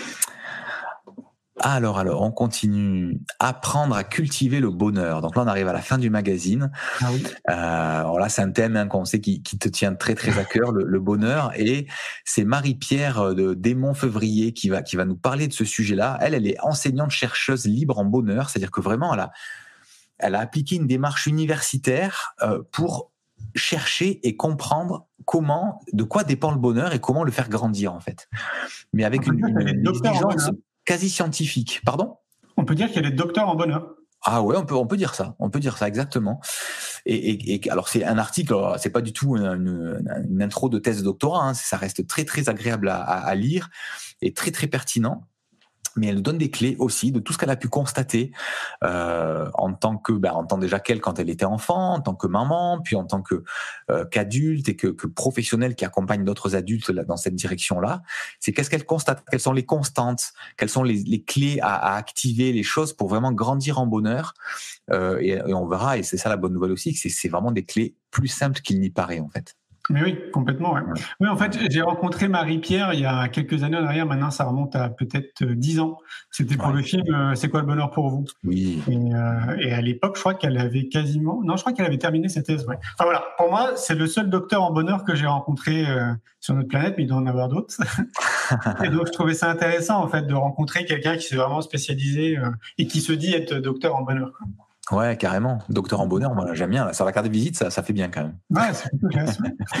Alors, alors, on continue. Apprendre à cultiver le bonheur. Donc là, on arrive à la fin du magazine. Ah oui. Euh, alors là, c'est un thème hein, qu'on sait qui, qui te tient très très à cœur, le, le bonheur. Et c'est Marie-Pierre de Desmonts-Février qui va qui va nous parler de ce sujet-là. Elle, elle est enseignante chercheuse libre en bonheur, c'est-à-dire que vraiment, elle a elle a appliqué une démarche universitaire euh, pour chercher et comprendre comment, de quoi dépend le bonheur et comment le faire grandir en fait. Mais avec une, une, une exigence quasi scientifique. Pardon ? On peut dire qu'elle est docteur en bonheur. Ah ouais, on peut on peut dire ça. On peut dire ça exactement. Et, et, et alors c'est un article, alors, c'est pas du tout une, une, une intro de thèse de doctorat. Hein, ça reste très très agréable à, à, à lire et très très pertinent. Mais elle nous donne des clés aussi de tout ce qu'elle a pu constater euh, en tant que, ben, en tant déjà qu'elle quand elle était enfant, en tant que maman, puis en tant que euh, qu'adulte et que, que professionnelle qui accompagne d'autres adultes là, dans cette direction-là. C'est qu'est-ce qu'elle constate, quelles sont les constantes, quelles sont les, les clés à, à activer, les choses pour vraiment grandir en bonheur. Euh, et, et on verra, et c'est ça la bonne nouvelle aussi, que c'est, c'est vraiment des clés plus simples qu'il n'y paraît en fait. Mais oui, complètement. Ouais. Oui, en fait, j'ai rencontré Marie-Pierre il y a quelques années en arrière. Maintenant, ça remonte à peut-être dix ans. C'était pour ouais. le film euh, C'est quoi le bonheur pour vous ? Oui. Et, euh, et à l'époque, je crois qu'elle avait quasiment... Non, je crois qu'elle avait terminé sa thèse. Ouais. Enfin voilà, pour moi, c'est le seul docteur en bonheur que j'ai rencontré euh, sur notre planète, mais il doit en avoir d'autres. Et donc, je trouvais ça intéressant, en fait, de rencontrer quelqu'un qui s'est vraiment spécialisé euh, et qui se dit être docteur en bonheur. Quoi. Ouais, carrément. Docteur en bonheur, moi, j'aime bien. Là. Sur la carte de visite, ça, ça fait bien quand même. Ouais, c'est plutôt classe.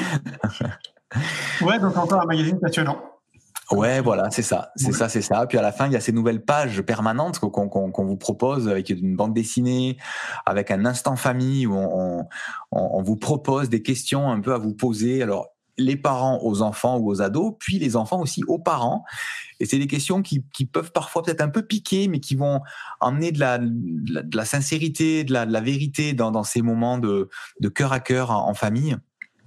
Ouais, donc encore un magazine passionnant. Ouais, voilà, c'est ça, c'est ouais. ça, c'est ça. Puis à la fin, il y a ces nouvelles pages permanentes qu'on, qu'on, qu'on vous propose avec une bande dessinée, avec un instant famille où on, on, on vous propose des questions un peu à vous poser. Alors, les parents aux enfants ou aux ados, puis les enfants aussi aux parents. Et c'est des questions qui, qui peuvent parfois peut-être un peu piquer, mais qui vont emmener de la, de la, de la sincérité, de la, de la vérité dans, dans ces moments de, de cœur à cœur en, en famille.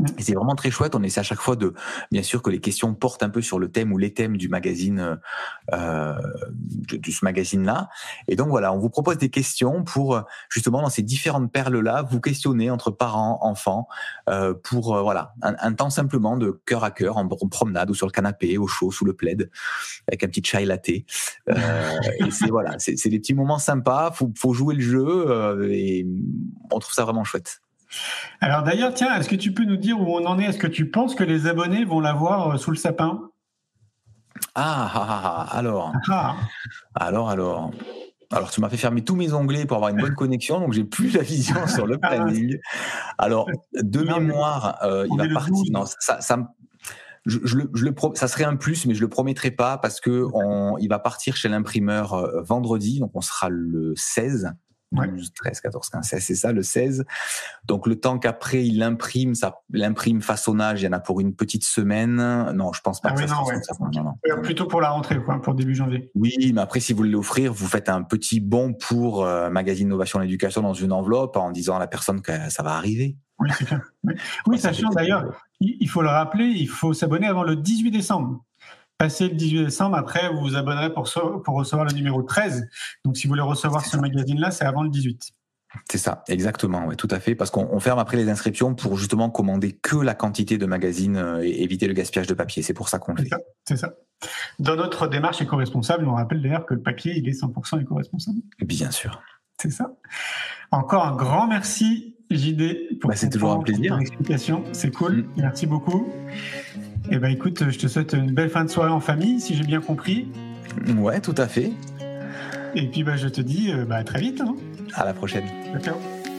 Et c'est vraiment très chouette. On essaie à chaque fois de, bien sûr, que les questions portent un peu sur le thème ou les thèmes du magazine, euh, de, de ce magazine-là. Et donc voilà, on vous propose des questions pour justement dans ces différentes perles-là, vous questionner entre parents, enfants, euh, pour euh, voilà un, un temps simplement de cœur à cœur, en, en promenade ou sur le canapé, au chaud, sous le plaid, avec un petit chai latte. Euh, et c'est voilà, c'est, c'est des petits moments sympas. Faut, faut jouer le jeu euh, et on trouve ça vraiment chouette. Alors d'ailleurs, tiens, est-ce que tu peux nous dire où on en est ? Est-ce que tu penses que les abonnés vont l'avoir sous le sapin ? Ah, ah, ah, ah, alors, Ah. alors, alors, alors, tu m'as fait fermer tous mes onglets pour avoir une bonne connexion, donc j'ai plus la vision sur le planning. Alors, de non, mémoire, euh, il va partir. Non, ça, ça, je, je le, je le, ça serait un plus, mais je le promettrai pas parce que on, il va partir chez l'imprimeur euh, vendredi, donc on sera le seize. douze, treize, quatorze, quinze, seize, c'est ça, le seize. Donc, le temps qu'après, il imprime, ça, l'imprime façonnage, il y en a pour une petite semaine. Non, je pense pas ah que oui, ça non, sera ouais. ça. Non, non. Plutôt pour la rentrée, quoi, pour début janvier. Oui, mais après, si vous voulez l'offrir, vous faites un petit bon pour euh, Magazine Innovation et Éducation dans une enveloppe en disant à la personne que ça va arriver. Oui, c'est clair. Oui, oui sachant d'ailleurs, il faut le rappeler, il faut s'abonner avant le dix-huit décembre. Passé le dix-huit décembre, après, vous vous abonnerez pour, so- pour recevoir le numéro treize. Donc, si vous voulez recevoir ce magazine-là, c'est avant le dix-huit. C'est ça, exactement, ouais, tout à fait, parce qu'on on ferme après les inscriptions pour justement commander que la quantité de magazines et éviter le gaspillage de papier. C'est pour ça qu'on le c'est fait. Ça, c'est ça. Dans notre démarche éco-responsable, on rappelle d'ailleurs que le papier, il est cent pour cent éco-responsable. Bien sûr. C'est ça. Encore un grand merci, J D, pour bah, c'est toujours un plaisir. ton explication. C'est cool, mmh. Merci beaucoup. Et ben écoute, je te souhaite une belle fin de soirée en famille, si j'ai bien compris. Ouais, tout à fait. Et puis bah, je te dis bah, à très vite. Hein. À la prochaine. Ciao.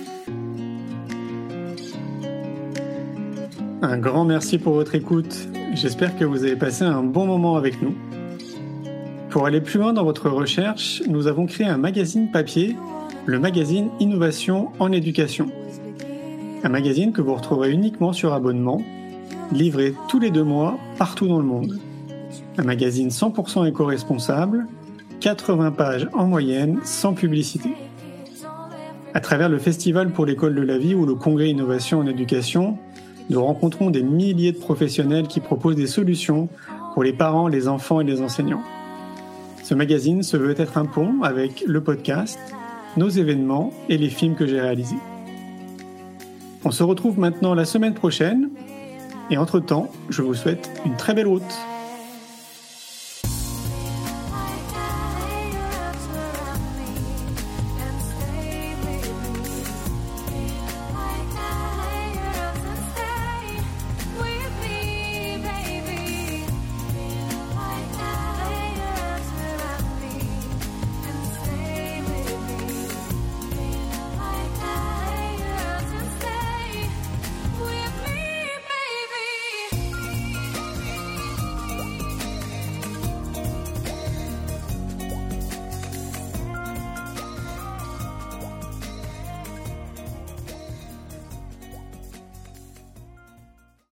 Un grand merci pour votre écoute. J'espère que vous avez passé un bon moment avec nous. Pour aller plus loin dans votre recherche, nous avons créé un magazine papier, le magazine Innovation en éducation. Un magazine que vous retrouverez uniquement sur abonnement, livré tous les deux mois partout dans le monde. Un magazine cent pour cent éco-responsable, quatre-vingts pages en moyenne, sans publicité. À travers le Festival pour l'école de la vie ou le Congrès Innovation en éducation, nous rencontrons des milliers de professionnels qui proposent des solutions pour les parents, les enfants et les enseignants. Ce magazine se veut être un pont avec le podcast, nos événements et les films que j'ai réalisés. On se retrouve maintenant la semaine prochaine et entre-temps, je vous souhaite une très belle route.